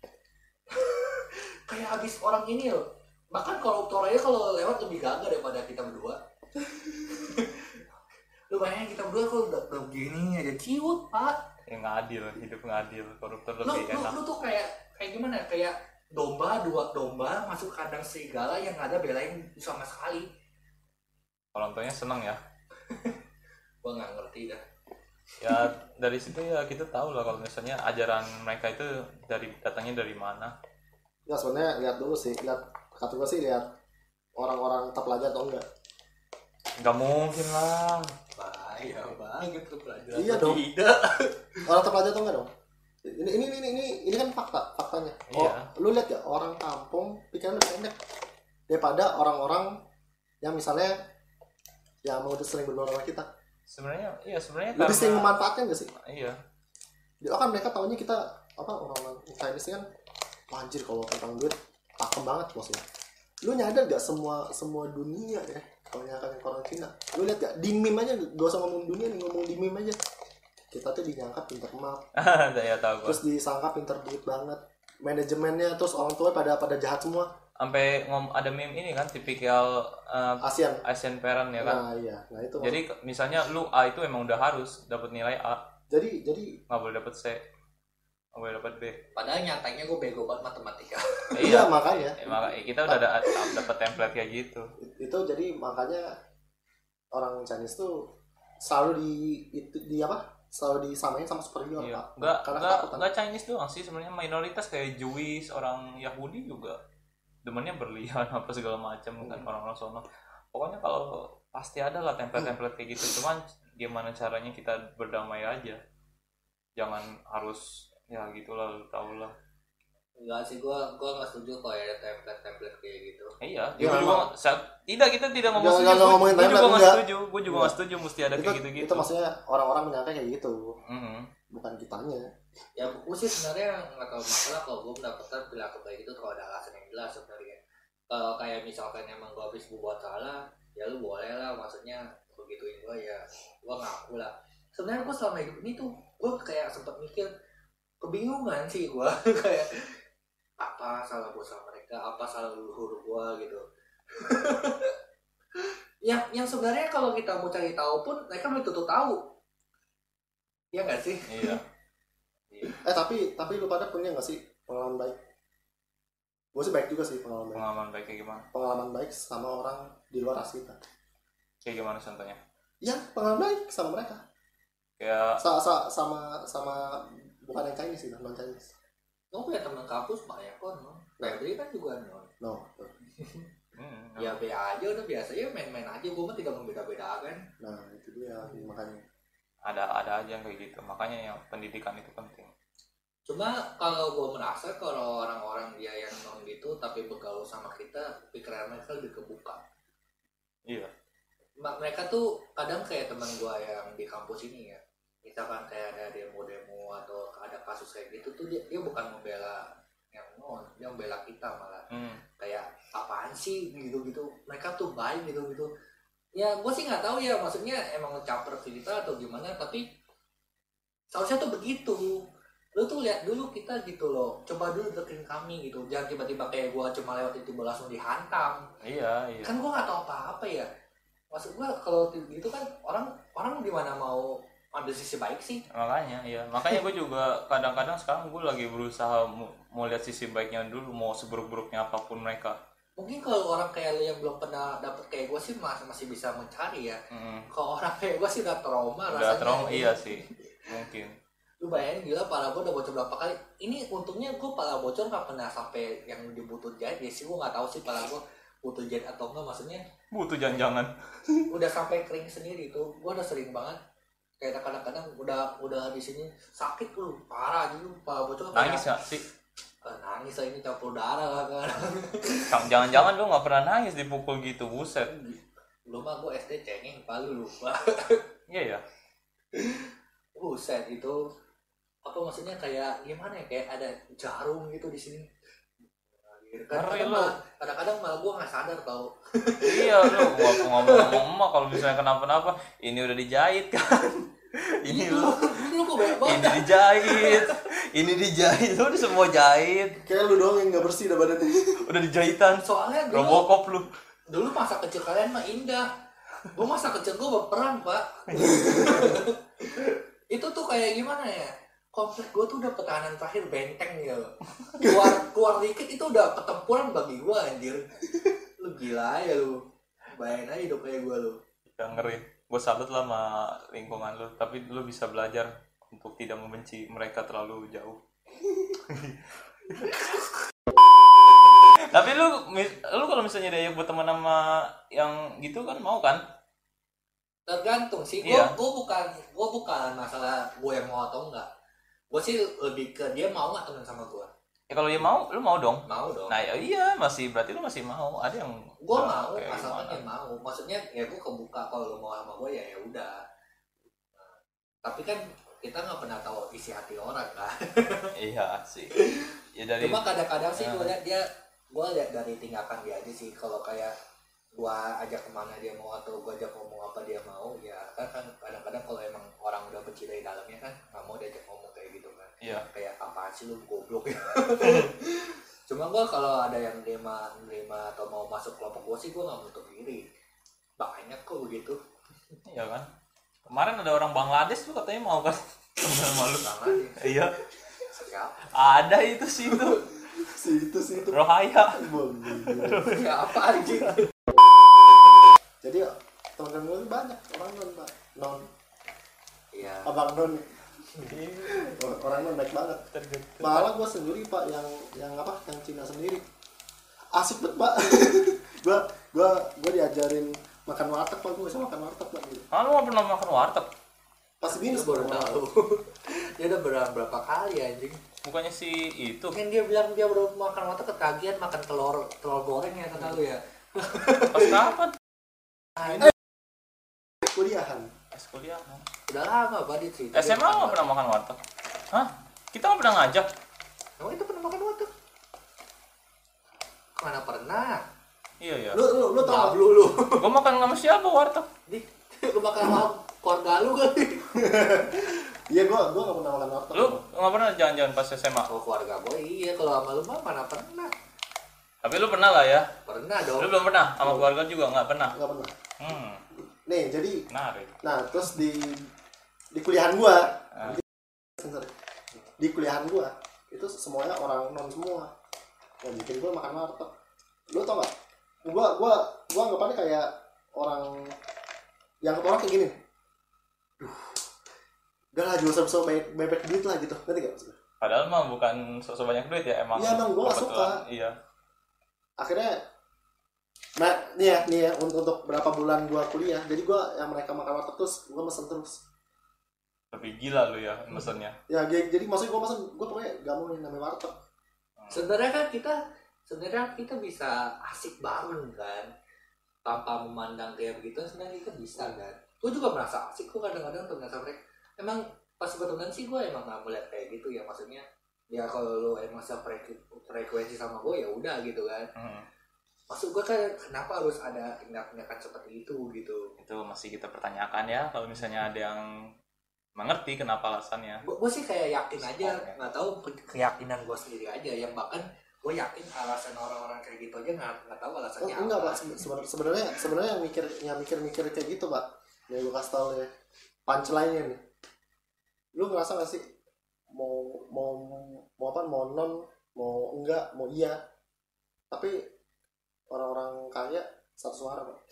Kayak habis orang ini loh. Bahkan kalau Toraya kalau lewat lebih gagah daripada kita berdua. Lu bayangin kita berdua kalau udah, udah begini aja ciut pak. Ya nggak adil, hidup nggak adil, koruptor Lu, lebih lu, enak. lu tuh kayak kayak gimana ya? Kayak domba dua domba masuk kandang serigala yang nggak ada belain sama sekali. Orang tuanya seneng ya. Gua nggak ngerti dah. Ya dari situ ya kita tahu lah kalau misalnya ajaran mereka itu dari datangnya dari mana. Nggak, sebenarnya lihat dulu sih, lihat kata gue sih lihat orang-orang terpelajar atau enggak. Nggak mungkin lah. Bahaya banget tuh pelajaran. Iya dong. Tidak. Orang terpelajar atau enggak dong? Ini ini ini ini ini kan fakta, faktanya. Oh, Iya. lu lihat ya orang kampung pikiran lebih pendek daripada orang-orang yang misalnya yang mau sering berbaur sama kita. Sebenarnya iya sebenarnya Lebih sering karena memanfaatkan gak sih? iya. Dia kan mereka taunya kita apa orang-orang Chinese kan anjir kalau tentang duit pakem banget bosnya. Lu nyadar gak semua semua dunia ya kebanyakan yang orang Cina. Lu lihat gak di meme aja, gak usah ngomong dunia nih, ngomong di meme aja. Kita tuh diangkat pinter map, Ya tahu gua. terus disangka pinter duit banget. Manajemennya terus orang tua pada pada jahat semua. Sampai ngom ada meme ini kan tipikal uh, ASEAN. Asian parent ya kan. Nah iya, nah itu. Jadi ke- misalnya lu A itu emang udah harus dapat nilai A, jadi jadi nggak boleh dapat C, nggak boleh dapat B. Padahal nyatanya gue bego banget matematika. iya makanya Ya, maka kita udah ada dapat template kayak gitu. itu jadi makanya orang Chinese tuh selalu di itu di apa? Selalu disamain sama superior. Iya. Pak. Nggak Karena nggak ketakutan. nggak Chinese doang sih sebenarnya, mayoritas kayak Jewish, orang Yahudi juga demennya berlian apa segala macam kan orang-orang sono. Pokoknya kalau pasti ada lah template-template kayak gitu. Cuman gimana caranya kita berdamai aja. Jangan harus ya gitulah, lu tau lah. Enggak sih, gue gue nggak setuju kalau ada template-template kayak gitu. Eh, iya, Ya, gue juga emang. nggak- sa- tidak kita tidak ngomong Jangan- setuju. jangan ngomongin Gue juga template, nggak enggak. setuju. Gue juga nggak setuju mesti ada itu, kayak gitu-gitu. itu maksudnya orang-orang menyangka kayak gitu, Mhm. bukan kitanya. Ya gue sih sebenarnya nggak tahu masalah kalau gue mendapatkan perilaku kayak gitu kalau ada alasan yang jelas sebenarnya. Kalau kayak misalkan emang gue habis berbuat salah, ya lu boleh lah, maksudnya begituin gue ya, gue ngaku lah. Sebenarnya gue selama hidup ini tuh gue kayak sempet mikir kebingungan sih gue kayak apa salah gue sama mereka, apa salah leluhur gue gitu. yang yang sebenarnya kalau kita mau cari tahu pun mereka belum tentu tahu. Ya nggak sih? Iya. Eh tapi tapi lu pada punya nggak sih pengalaman baik? Gue sih baik juga sih pengalaman baik. Pengalaman baik kayak gimana? Pengalaman baik sama orang di luar ras kita. Kayak gimana contohnya? Ya pengalaman baik sama mereka. Kayak Sa sa sama sama bukan yang Chinese sih, non Chinese. Gue punya teman kampus banyak kok, non. Febri kan juga non. No. tuh. hmm, Ya be aja udah biasa ya, main-main aja. Gue mah tidak membeda-bedakan. Nah itu dia makanya. ada ada aja yang kayak gitu. Makanya yang pendidikan itu penting. Cuma kalau gue merasa kalau orang-orang dia yang non gitu tapi bergaul sama kita, pikiran mereka lebih kebuka. Iya. Ma- Mereka tuh kadang kayak teman gue yang di kampus ini ya. Misalkan kayak ada demo-demo atau ada kasus kayak gitu tuh dia, dia bukan membela yang non, dia membela kita malah. Hmm. Kayak apaan sih gitu-gitu. Mereka tuh baik gitu-gitu. Ya gue sih nggak tahu ya, maksudnya emang caper kita atau gimana, tapi seharusnya tuh begitu. Lu tuh lihat dulu kita gitu loh, coba dulu deketin kami gitu, jangan tiba-tiba kayak gue cuma lewat itu langsung dihantam. Iya, iya. Kan gue nggak tahu apa-apa ya. Maksud gue kalau gitu kan orang orang di mana mau ambil sisi baik sih. Makanya, iya. Makanya gue juga kadang-kadang sekarang gue lagi berusaha mau, mau lihat sisi baiknya dulu, mau seburuk-buruknya apapun mereka. Mungkin kalau orang kayak lu yang belum pernah dapet kayak gue sih masih masih bisa mencari ya. Hmm. Kalau orang kayak gue sih udah trauma Udah rasanya. trauma, iya sih. Mungkin. Lu bayangin gila, pala gue udah bocor berapa kali. Ini untungnya gue pala bocor gak pernah sampai yang dibutuh jahit ya sih. Gue gak tahu sih pala gue butuh jahit atau enggak, maksudnya Butuh jangan-jangan. udah sampai kering sendiri tuh. Gue udah sering banget kayak kadang-kadang udah udah di sini sakit tuh parah gitu, pala bocor kayak- Nangis gak sih? Eh, nangis lah, ini campur darah kan. Jangan-jangan lu gak pernah nangis dipukul gitu, buset. Belum mah gue S D cengeng palu lupa. Iya ya. Buset itu apa maksudnya kayak gimana ya, kayak ada jarum gitu di sini. Ngeri Kadang-kadang lu. malah, kadang-kadang malah gue nggak sadar tau. Iya lu ngomong sama emak kalau misalnya kenapa-napa, ini udah dijahit kan. Ini Itu, lu lu kok banyak ini banget. dijahit. Ini dijahit, lu udah semua jahit. Kayak lu doang yang nggak bersih dah badannya. Udah dijahitan. Soalnya dulu, Robocop lu. dulu masa kecil kalian mah indah. Gue masa kecil gue berperang pak. Itu tuh kayak gimana ya? Komplek gue tuh udah pertahanan terakhir, benteng ya. Keluar keluar dikit itu udah pertempuran bagi gue anjir. Lu gila ya lu. Bayangin aja hidup kayak gue lu. Udah ngeri. Gue salut lah sama lingkungan lu, tapi lu bisa belajar untuk tidak membenci mereka terlalu jauh. Tapi lu mis- lu kalau misalnya diajak buat teman sama yang gitu kan mau kan? Tergantung sih, gue Iya. gue bukan gue bukan masalah gue yang mau atau enggak. Gue sih lebih ke dia mau nggak temen sama gue. Ya kalau dia mau, lu mau dong. Mau dong. Nah ya iya masih berarti lu masih mau. Ada yang Gue udah mau kayak asalkan gimana. dia mau. Maksudnya ya gue kebuka kalau lo mau sama gue ya ya udah. Nah, tapi kan kita nggak pernah tahu isi hati orang kan. Iya sih. Ya dari Cuma kadang-kadang sih Ya. gue lihat dia, gue lihat dari tindakan dia aja sih. Kalau kayak gue ajak kemana dia mau atau gue ajak ngomong apa dia mau, ya kan kan kadang-kadang kalau emang orang udah benci dari dalamnya kan nggak mau diajak ngomong kayak gitu kan. Iya. Kayak apa sih lu goblok ya. Cuma gue kalau ada yang nerima nerima atau mau masuk kelompok gue sih gue nggak menutup diri. Banyak kok begitu. Iya kan. Kemarin ada orang Bangladesh tuh katanya mau kan. Malu. Banget ya. Iya. Siapa? Ada itu sih itu. Si itu sih itu. Rohaya. Siapa anjing? Jadi teman-teman gue banyak orang non pak, non Iya. abang non, orang non baik banget. Malah gue sendiri pak yang yang apa yang Cina sendiri asik banget pak. gue gue gue diajarin makan warteg pak, gue bisa makan warteg pak gitu. Ah lu gak pernah makan warteg? Pasti Dia minus baru dong, tahu. Dia udah berapa, berapa kali anjing. Bukannya si itu. Kan dia bilang dia baru makan waktu ketagihan makan telur telur goreng ya kata lu ya. Pas kapan? kuliahan. Pas kuliah. Udah lama Pak dia cerita. S M A gak pernah makan warteg? Hah? Kita gak pernah ngajak? Emang itu pernah makan waktu? Kemana pernah? Iya iya. Lu lu lu tau gak? Bablu lu. Gua makan sama siapa warteg? Di lu makan sama keluarga lu kali. Iya gue gue gak pernah makan warteg. Lu gak pernah jalan-jalan pas S M A? Kalau keluarga gue iya, kalau sama lu mah mana pernah. Tapi lu pernah lah ya? Pernah dong. Lu belum pernah? Sama keluarga juga gak pernah? Gak pernah. Hmm, Nih jadi, menarik. nah terus di di kuliahan gue, Ah. di kuliahan gue itu semuanya orang non semua. Ngajakin gue makan warteg. Lu tau gak? Gue gue gue anggapannya kayak orang yang orang kayak gini. Duh, udah lah jual sebesar banyak banyak duit lah gitu, ngerti gak maksudnya? Padahal mah bukan sosok banyak duit ya emang. Iya, emang gua nggak kebetulan. suka. Iya. Akhirnya, nah nih ya nih ya untuk, untuk berapa bulan gue kuliah, jadi gue yang mereka makan warteg terus gue mesen terus. Lebih gila lu ya mesennya. Ya jadi, jadi maksudnya gue mesen, gue pokoknya gak mau yang namanya warteg. Sebenarnya kan kita sebenarnya kita bisa asik bareng kan. Tanpa memandang kayak begitu sebenarnya kita bisa kan. Gue juga merasa asik kok kadang-kadang temen sama mereka. Emang pas berteman sih gue emang gak melihat kayak gitu ya, maksudnya ya kalau lo emang frekuensi sama gue ya udah gitu kan. Hmm. Maksud gue kan kenapa harus ada tindakan seperti itu gitu. Itu masih kita pertanyakan ya kalau misalnya ada yang mengerti kenapa alasannya. Gue sih kayak yakin aja, Oke. nggak tahu keyakinan gue sendiri aja yang bahkan gue yakin alasan orang-orang kayak gitu aja nggak nggak tahu Oh, alasannya enggak apa. pak, Seben- sebenarnya sebenarnya yang mikir yang mikir-mikir kayak gitu pak, yang gue kasih tau ya, punchline-nya nih. Lu ngerasa gak sih mau mau mau apa mau non mau enggak mau iya, tapi orang-orang kaya satu suara pak.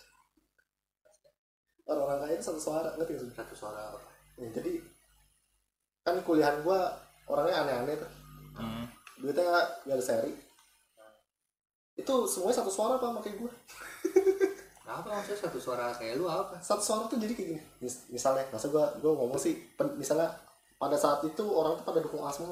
Orang-orang kaya itu satu suara, ngerti gak sih? Satu suara apa? Ya, jadi kan kuliahan gue orangnya aneh-aneh tuh, Hmm. duitnya gak ada seri. Itu semuanya satu suara pak pakai gue. Apa maksudnya satu suara kayak lu apa? Satu suara tuh jadi kayak gini. Mis- misalnya, masa gue gue ngomong sih, pen- misalnya pada saat itu orang tuh pada dukung A semua.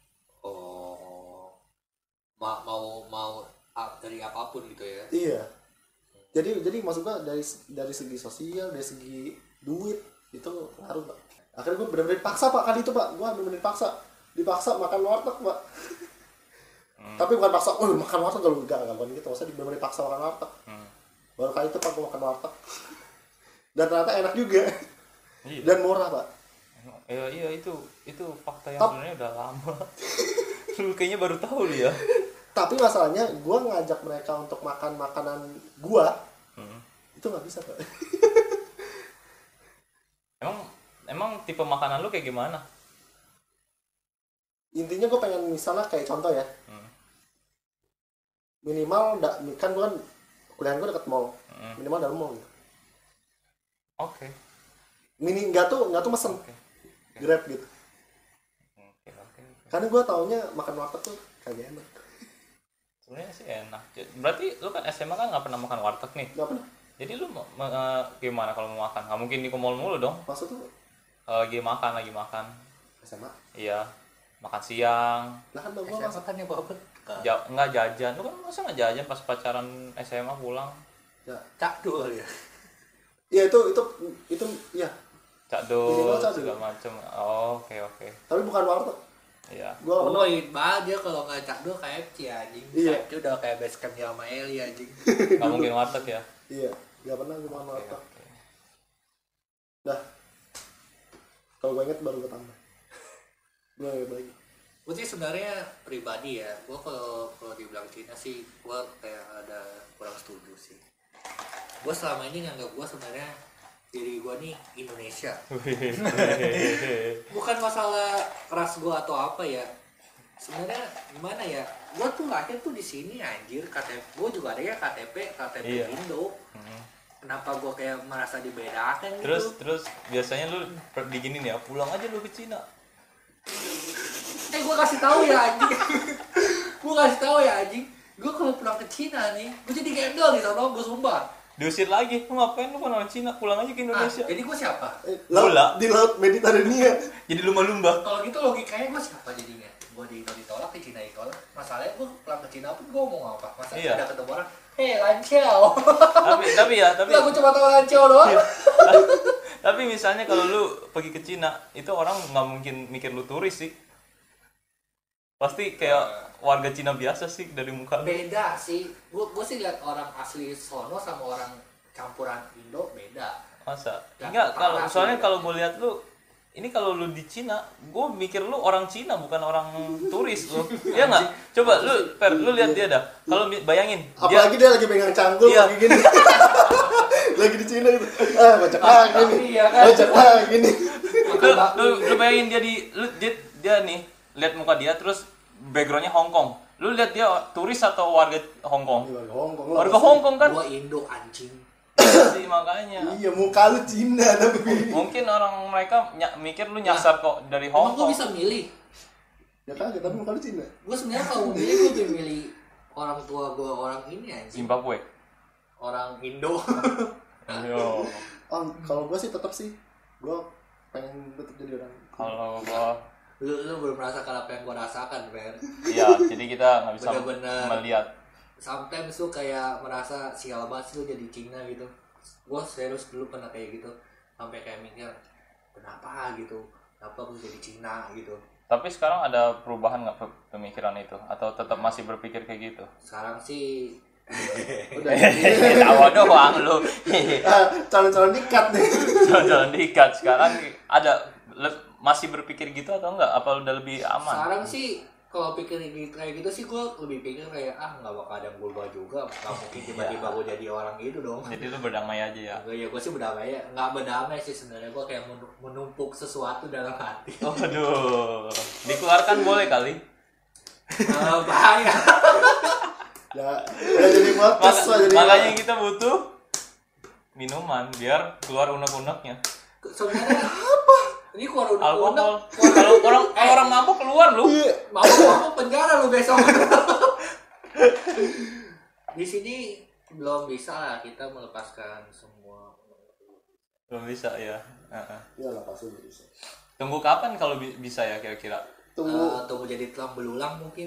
Oh, Ma mau mau up dari apapun gitu ya? Iya. Jadi jadi maksud gue dari dari segi sosial, dari segi duit itu ngaruh pak. Akhirnya gue bener-bener paksa pak kali itu pak, gue bener-bener paksa, dipaksa makan warteg pak. Hmm. Tapi bukan paksa, oh makan warteg kalau enggak enggak bukan gitu, maksudnya bener-bener paksa makan warteg. Hmm. Baru kali itu pak gue makan warteg. Dan ternyata enak juga Iya. dan murah pak. Iya, iya itu itu fakta yang Top. sebenarnya udah lama. Lu kayaknya baru tahu lu ya. Tapi masalahnya gue ngajak mereka untuk makan makanan gue Hmm. itu nggak bisa pak. Emang emang tipe makanan lu kayak gimana? Intinya gue pengen misalnya kayak contoh ya, Hmm. minimal da, kan gue kan kuliah gue deket mall, Hmm. minimal dalam mall gitu. Oke. Mini nggak tuh nggak tuh mesen Oke. grab gitu. Oke, oke. oke. Karena gue taunya makan warteg tuh kagak enak. Sebenarnya sih enak. Berarti lu kan S M A kan nggak pernah makan warteg nih. Nggak pernah. Jadi lu mau- uh, gimana kalau mau makan? Nggak mungkin di ke mall mulu dong. Maksud tuh Kalau lagi makan, lagi makan. S M A. Iya. Makan siang. Lah kan gua S M A kan yang bawa bekal. Ja, nggak jajan. Lu kan masa nggak jajan pas pacaran S M A pulang? ya. Cakdul ya. Ya itu itu itu ya. Cakdul, Minimal cakdul. segala macem. Oh, oke oke. Tapi bukan warteg. Iya. Gua nggak pernah. Oh, ingat banget dia kalau nggak cakdul K F C anjing. Iya. K F C udah kayak base camp sama Eli anjing. Nggak mungkin warteg ya. Iya, nggak pernah gua makan Oke, warteg. oke. Dah. Kalau gue inget baru gue tambah. Gue bagi. Gue sih sebenarnya pribadi ya, gue kalau kalau dibilang Cina sih, gue kayak ada kurang setuju sih. Gue selama ini nganggap gue sebenarnya diri gue nih Indonesia. Bukan masalah ras gue atau apa ya. Sebenarnya gimana ya? Gue tuh lahir tuh di sini anjir. K T P gue juga ada ya K T P, K T P Iya. Indo. Hmm. Kenapa gue kayak merasa dibedakan gitu? Terus terus biasanya lu per- diginin ya, pulang aja lu ke Cina. Eh gue kasih tahu ya anjing. Gue kasih tahu ya anjing. Gue kalau pulang ke Cina nih, gue jadi gembel di sana, gue sumpah. Diusir lagi, lu ngapain lu kan orang Cina, pulang aja ke Ah, Indonesia. jadi gue siapa? Eh, laut, Bola. di laut Mediterania. Jadi lumba-lumba. Kalau gitu logikanya gue siapa jadinya? Gue di Indo ditolak, di Cina ditolak. Masalahnya gue pulang ke Cina pun gue mau apa? Masa Iya. ada ketemu orang, hei lancau. tapi tapi ya, tapi Lah gue cuma tahu lancau doang. tapi misalnya kalau lu pergi ke Cina, itu orang nggak mungkin mikir lu turis sih. Pasti kayak warga Cina biasa sih dari muka lu. Beda sih. Gue gue sih lihat orang asli sono sama orang campuran Indo beda. Masa? Nggak Enggak, kalau parah sih soalnya bedanya. kalau gue lihat lu ini kalau lu di Cina, gue mikir lu orang Cina bukan orang turis lu. Iya nggak? Coba lu, Per, lu lihat dia dah. Kalau mi- bayangin, dia Apalagi dia lagi pegang cangkul Iya. lagi gini. Lagi di Cina gitu. Ah, kocak lagi nih. Iya kan? Kocak lagi nih. lu, lu, lu bayangin dia di lu dia, dia nih lihat muka dia terus backgroundnya Hong Kong. Lu lihat dia turis atau warga Hong Kong? Warga Hongkong. Warga Hong Kong kan? Gue Indo anjing. Sih makanya. Iya, muka lu Cina tapi. Mungkin orang mereka ny- mikir lu nyasar kok dari Hong Emang gue Kong. bisa milih. Ya kagak, tapi muka lu Cina. Gue sebenarnya kalau milih gue lebih milih orang tua gue orang ini anjing. Zimbabwe. Orang Indo. Yo. Oh, kalau gua sih tetap sih. Gua pengen tetap jadi orang. Kalau gua lu lu belum merasakan apa yang gue rasakan, Fer. iya, jadi kita nggak bisa Bener-bener. melihat. Sometimes lu kayak merasa sial banget sih lu jadi Cina gitu. Gue serius dulu pernah kayak gitu. Sampai kayak mikir, kenapa gitu? Kenapa gue jadi Cina gitu? Tapi sekarang ada perubahan nggak pe- pemikiran itu? Atau tetap masih berpikir kayak gitu? Sekarang sih Udah. Tawa doang lu. Ah, calon-calon nikat nih. Jalan diikat sekarang ada le- masih berpikir gitu atau enggak? Apa udah lebih aman? sekarang sih kalau pikir gitu- kayak gitu sih gue lebih pikir kayak ah nggak bakal ada yang berubah juga. Nggak mungkin tiba-tiba gue jadi orang itu dong. Jadi lu berdamai aja ya. Gue ya gue sih berdamai ya, nggak berdamai sih sebenarnya gue kayak menu- menumpuk sesuatu dalam hati. Aduh, dikeluarkan boleh kali. Eh, bahaya. Ya, udah jadi podcast lah Maka- jadi. makanya kita butuh minuman biar keluar unek-uneknya. Sebenarnya apa? Ini keluar udah Alkohol. Kalau orang Eh. orang mabuk keluar lu. Iya. mau mau penjara lu besok. Di sini belum bisa lah kita melepaskan semua. Belum bisa ya. Heeh. Ya lah pasti bisa. Tunggu kapan kalau bi- bisa ya kira-kira? Tunggu Eh, tunggu jadi tulang belulang mungkin.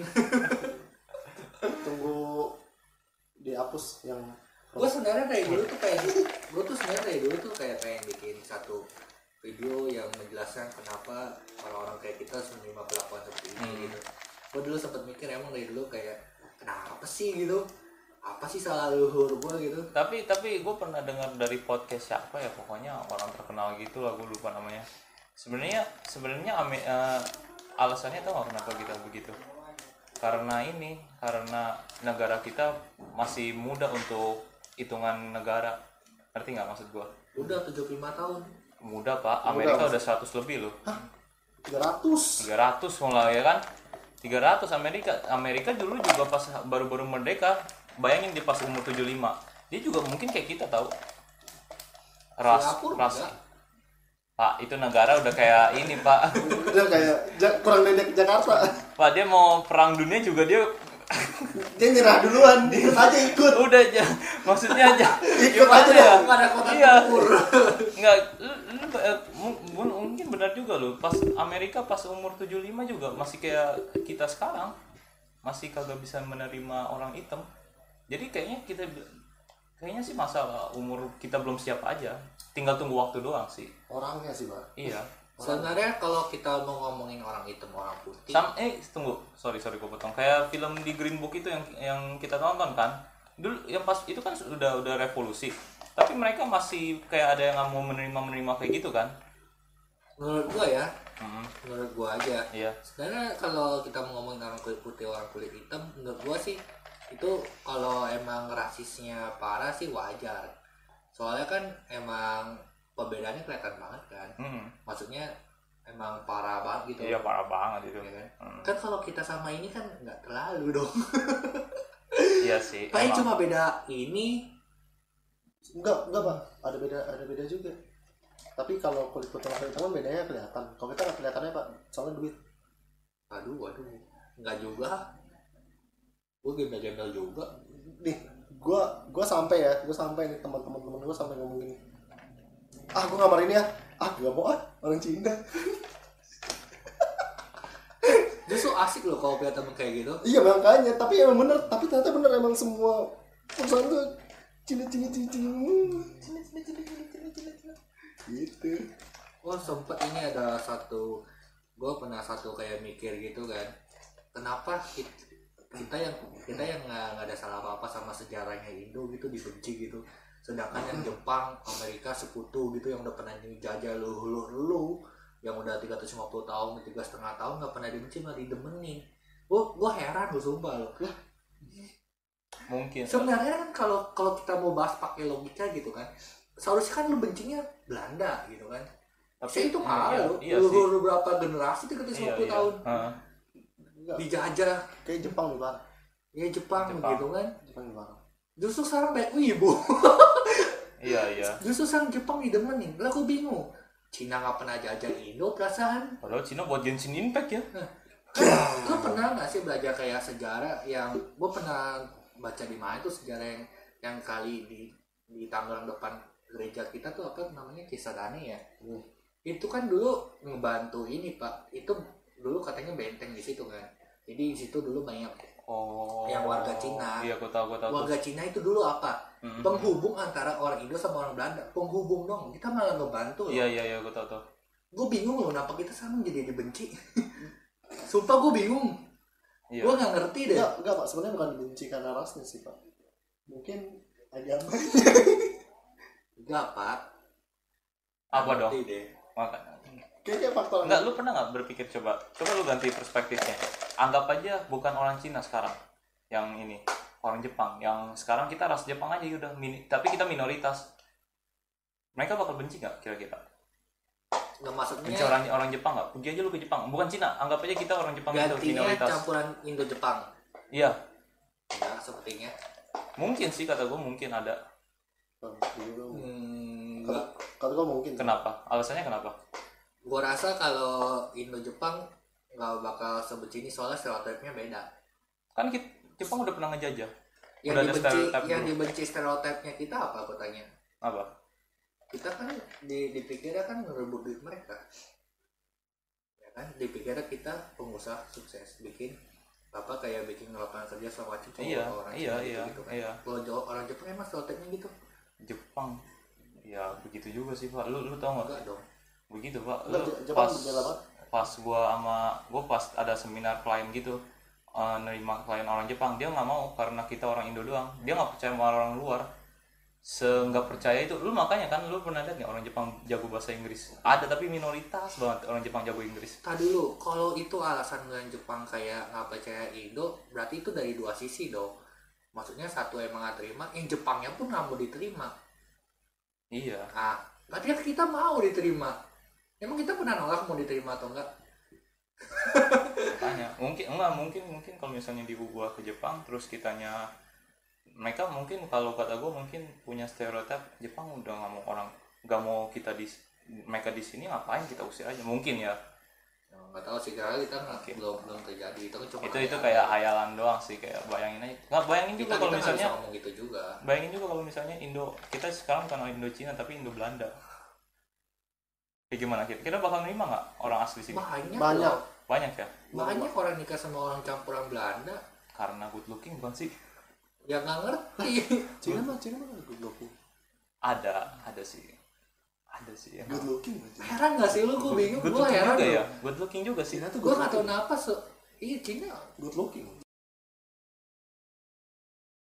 tunggu dihapus yang Gue sebenarnya dari dulu tuh kayak gue tuh sebenarnya dari dulu tuh kayak pengen bikin satu video yang menjelaskan kenapa orang-orang kayak kita harus menerima perlakuan seperti ini Hmm. gitu. Gue dulu sempat mikir emang dari dulu kayak kenapa sih gitu? Apa sih salah leluhur gue gitu? Tapi tapi gue pernah dengar dari podcast siapa ya, pokoknya orang terkenal gitu lah, gue lupa namanya. Sebenarnya sebenarnya ame- eh, alasannya tau nggak kenapa kita begitu? Karena ini, karena negara kita masih muda untuk hitungan negara. Ngerti nggak maksud gue? Udah tujuh puluh lima tahun. Muda pak, Muda, Amerika Mas. udah seratus lebih loh. tiga ratus. tiga ratus mulai ya kan? tiga ratus Amerika. Amerika dulu juga pas baru-baru merdeka, bayangin dia pas umur tujuh puluh lima. Dia juga mungkin kayak kita tahu. Ras, Singapura ras. enggak. Pak, itu negara udah kayak ini, Pak. Udah kayak ja- kurang dari Jakarta. Pak, dia mau perang dunia juga dia Dia nyerah duluan, ikut aja ikut. Udah aja, maksudnya aja. Ikut Gimana aja ya? dong. Nggak ada kota Iya. tempur. Enggak, lu, lu, eh, mu- mu- mungkin benar juga loh. Pas Amerika pas umur tujuh puluh lima juga masih kayak kita sekarang. Masih kagak bisa menerima orang hitam. Jadi kayaknya kita kayaknya sih masalah umur kita belum siap aja. Tinggal tunggu waktu doang sih. Orangnya sih, Pak. Iya. Sebenarnya kalau kita mau ngomongin orang hitam orang putih, Sam eh tunggu, sorry sorry gue potong. Kayak film di Green Book itu yang yang kita tonton kan. Dulu yang pas itu kan udah udah revolusi. Tapi mereka masih kayak ada yang nggak mau menerima menerima kayak gitu kan. menurut gua ya, Mm-hmm. menurut gua aja. Iya. Sebenarnya kalau kita mau ngomongin orang kulit putih orang kulit hitam, menurut gua sih itu kalau emang rasisnya parah sih wajar. Soalnya kan emang perbedaannya kelihatan banget kan. Mm-hmm. Maksudnya emang parah banget gitu. Iya parah banget itu. Ya kan? Mm. Kan kalau kita sama ini kan nggak terlalu dong. Iya sih. Paling emang. cuma beda ini. Enggak, enggak, Pak. Ada beda ada beda juga. Tapi kalau kulit putih sama kulit hitam bedanya kelihatan. Kalau kita nggak kelihatannya, Pak. Soalnya duit. Aduh, aduh. Nggak juga. Gue gembel-gembel juga. Nih, gua gua sampai ya, gua sampai nih teman-teman teman gua sampai ngomong gini. Ah, gua ngamar ini ya. Ah, gak mau ah, orang Cina. Justru asik loh kalau kelihatan kayak gitu. Iya makanya, tapi emang bener, tapi ternyata bener emang semua perusahaan tuh Cina Cina Cina Cina Cina Cina Cina Cina Cina Cina Cina gitu. Oh sempet ini ada satu, gue pernah satu kayak mikir gitu kan, kenapa kita, kita yang kita yang nggak nggak ada salah apa apa sama sejarahnya Indo gitu dibenci gitu, sedangkan yang Jepang, Amerika sekutu gitu yang udah pernah dijajah lu lu lu yang udah tiga ratus lima puluh tahun, tiga setengah tahun nggak pernah dibenci malah didemenin. Gue gue heran lu sumpah lo. Mungkin. Sebenarnya kan kalau kalau kita mau bahas pakai logika gitu kan, seharusnya kan lu bencinya Belanda gitu kan. Tapi itu parah iya, loh. iya Lu sih. beberapa generasi tiga ratus lima puluh Iya, iya. tahun Heeh. Enggak, dijajah kayak Jepang nih, Pak. ya Jepang, Jepang. gitu kan. Jepang nih, Pak. Justru sekarang banyak wibu. Iya iya. Justru sekarang Jepang didemenin. Lah aku bingung. Cina nggak pernah jajah Indo perasaan. Padahal Cina buat Genshin Impact ya. Kan lu pernah nggak sih belajar kayak sejarah yang gue pernah baca di mana tuh sejarah yang yang kali di di Tangerang depan gereja kita tuh apa namanya Cisadane ya. Hmm. Itu kan dulu ngebantu ini Pak. Itu dulu katanya benteng di situ kan. Jadi di situ dulu banyak Oh. yang warga Cina. Iya, gua tahu, gua tahu. warga Cina itu dulu apa? Mm-mm. Penghubung antara orang Indo sama orang Belanda. Penghubung dong. Kita malah ngebantu. Iya iya iya, gua tahu tahu. Gue bingung loh kenapa kita sama jadi dibenci. Sumpah gue bingung. Iya. Gue nggak ngerti deh. Enggak, enggak, Pak. Sebenarnya bukan dibenci karena rasnya sih, Pak. Mungkin agama. Enggak Pak. Apa Nggak dong? ngerti deh. Maka Kayaknya faktor. enggak, lu pernah nggak berpikir coba coba lu ganti perspektifnya. Anggap aja bukan orang Cina sekarang yang ini, orang Jepang yang sekarang kita ras Jepang aja udah mini, tapi kita minoritas. Mereka bakal benci nggak kira-kira? Nggak maksudnya Benci orang orang Jepang nggak? Pergi aja lu ke Jepang, bukan Cina. Anggap aja kita orang Jepang itu gantinya minoritas. campuran Indo Jepang. Iya, Enggak sepertinya. mungkin sih kata gue mungkin ada. Hmm, Kata, kata gua mungkin. Kenapa? Alasannya kenapa? gue rasa kalau Indo Jepang nggak bakal sebenci ini soalnya stereotipnya beda. Kan kita, Jepang udah pernah ngejajah. Yang Udah ada dibenci stereotip yang dulu. dibenci stereotipnya kita apa aku tanya? Apa? Kita kan di dipikirnya kan ngerebut duit mereka. Ya kan dipikirnya kita pengusaha sukses bikin apa kayak bikin lapangan kerja sama macam cuma Iya, orang iya, Cina iya, gitu kan. iya. Kalau Jawa- orang Jepang emang stereotipnya gitu. Jepang. Ya begitu juga sih Pak. Lu lu tau nggak? Enggak dong. Begitu Pak. Enggak, Lu J- Jepang pas beda banget. pas gua sama gua pas ada seminar klien gitu, eh, nerima klien orang Jepang, dia nggak mau karena kita orang Indo doang. Dia nggak percaya sama orang luar. Seenggak percaya itu. Lu makanya kan lu pernah lihat nggak orang Jepang jago bahasa Inggris? Ada tapi minoritas banget orang Jepang jago Inggris. Tadi dulu, kalau itu alasan dengan Jepang kayak nggak percaya Indo, berarti itu dari dua sisi dong. Maksudnya satu emang nggak terima, yang Jepangnya pun nggak mau diterima. Iya. Ah, berarti kan kita mau diterima. Emang kita pernah nolak mau diterima atau enggak? Makanya mungkin enggak mungkin mungkin kalau misalnya di gua ke Jepang terus kitanya mereka mungkin kalau kata gua mungkin punya stereotip Jepang udah nggak mau orang nggak mau kita di mereka di sini ngapain kita usir aja mungkin ya Ya, nggak tahu sih karena kita nggak Oke. belum belum terjadi itu kan cuma itu itu hayalan. kayak hayalan doang sih, kayak bayangin aja nggak bayangin kita juga kita kalau nggak bisa misalnya ngomong gitu juga. bayangin juga kalau misalnya Indo kita sekarang bukan Indo Cina tapi Indo Belanda, kayak gimana kira kira bakal nerima nggak orang asli sini? Banyak Banyak. loh. Banyak ya, Banyak orang nikah sama orang campuran Belanda karena good looking bukan sih? yang nggak ngerti. Cina mah Cina mah good looking. Ada ada sih ada sih emang. Good looking aja. Heran nggak sih lu? Gue bingung. Good Gue looking heran juga loh. ya, good looking juga sih. Cina tuh Gue good nggak tahu looking. kenapa so. Iya Cina Good looking.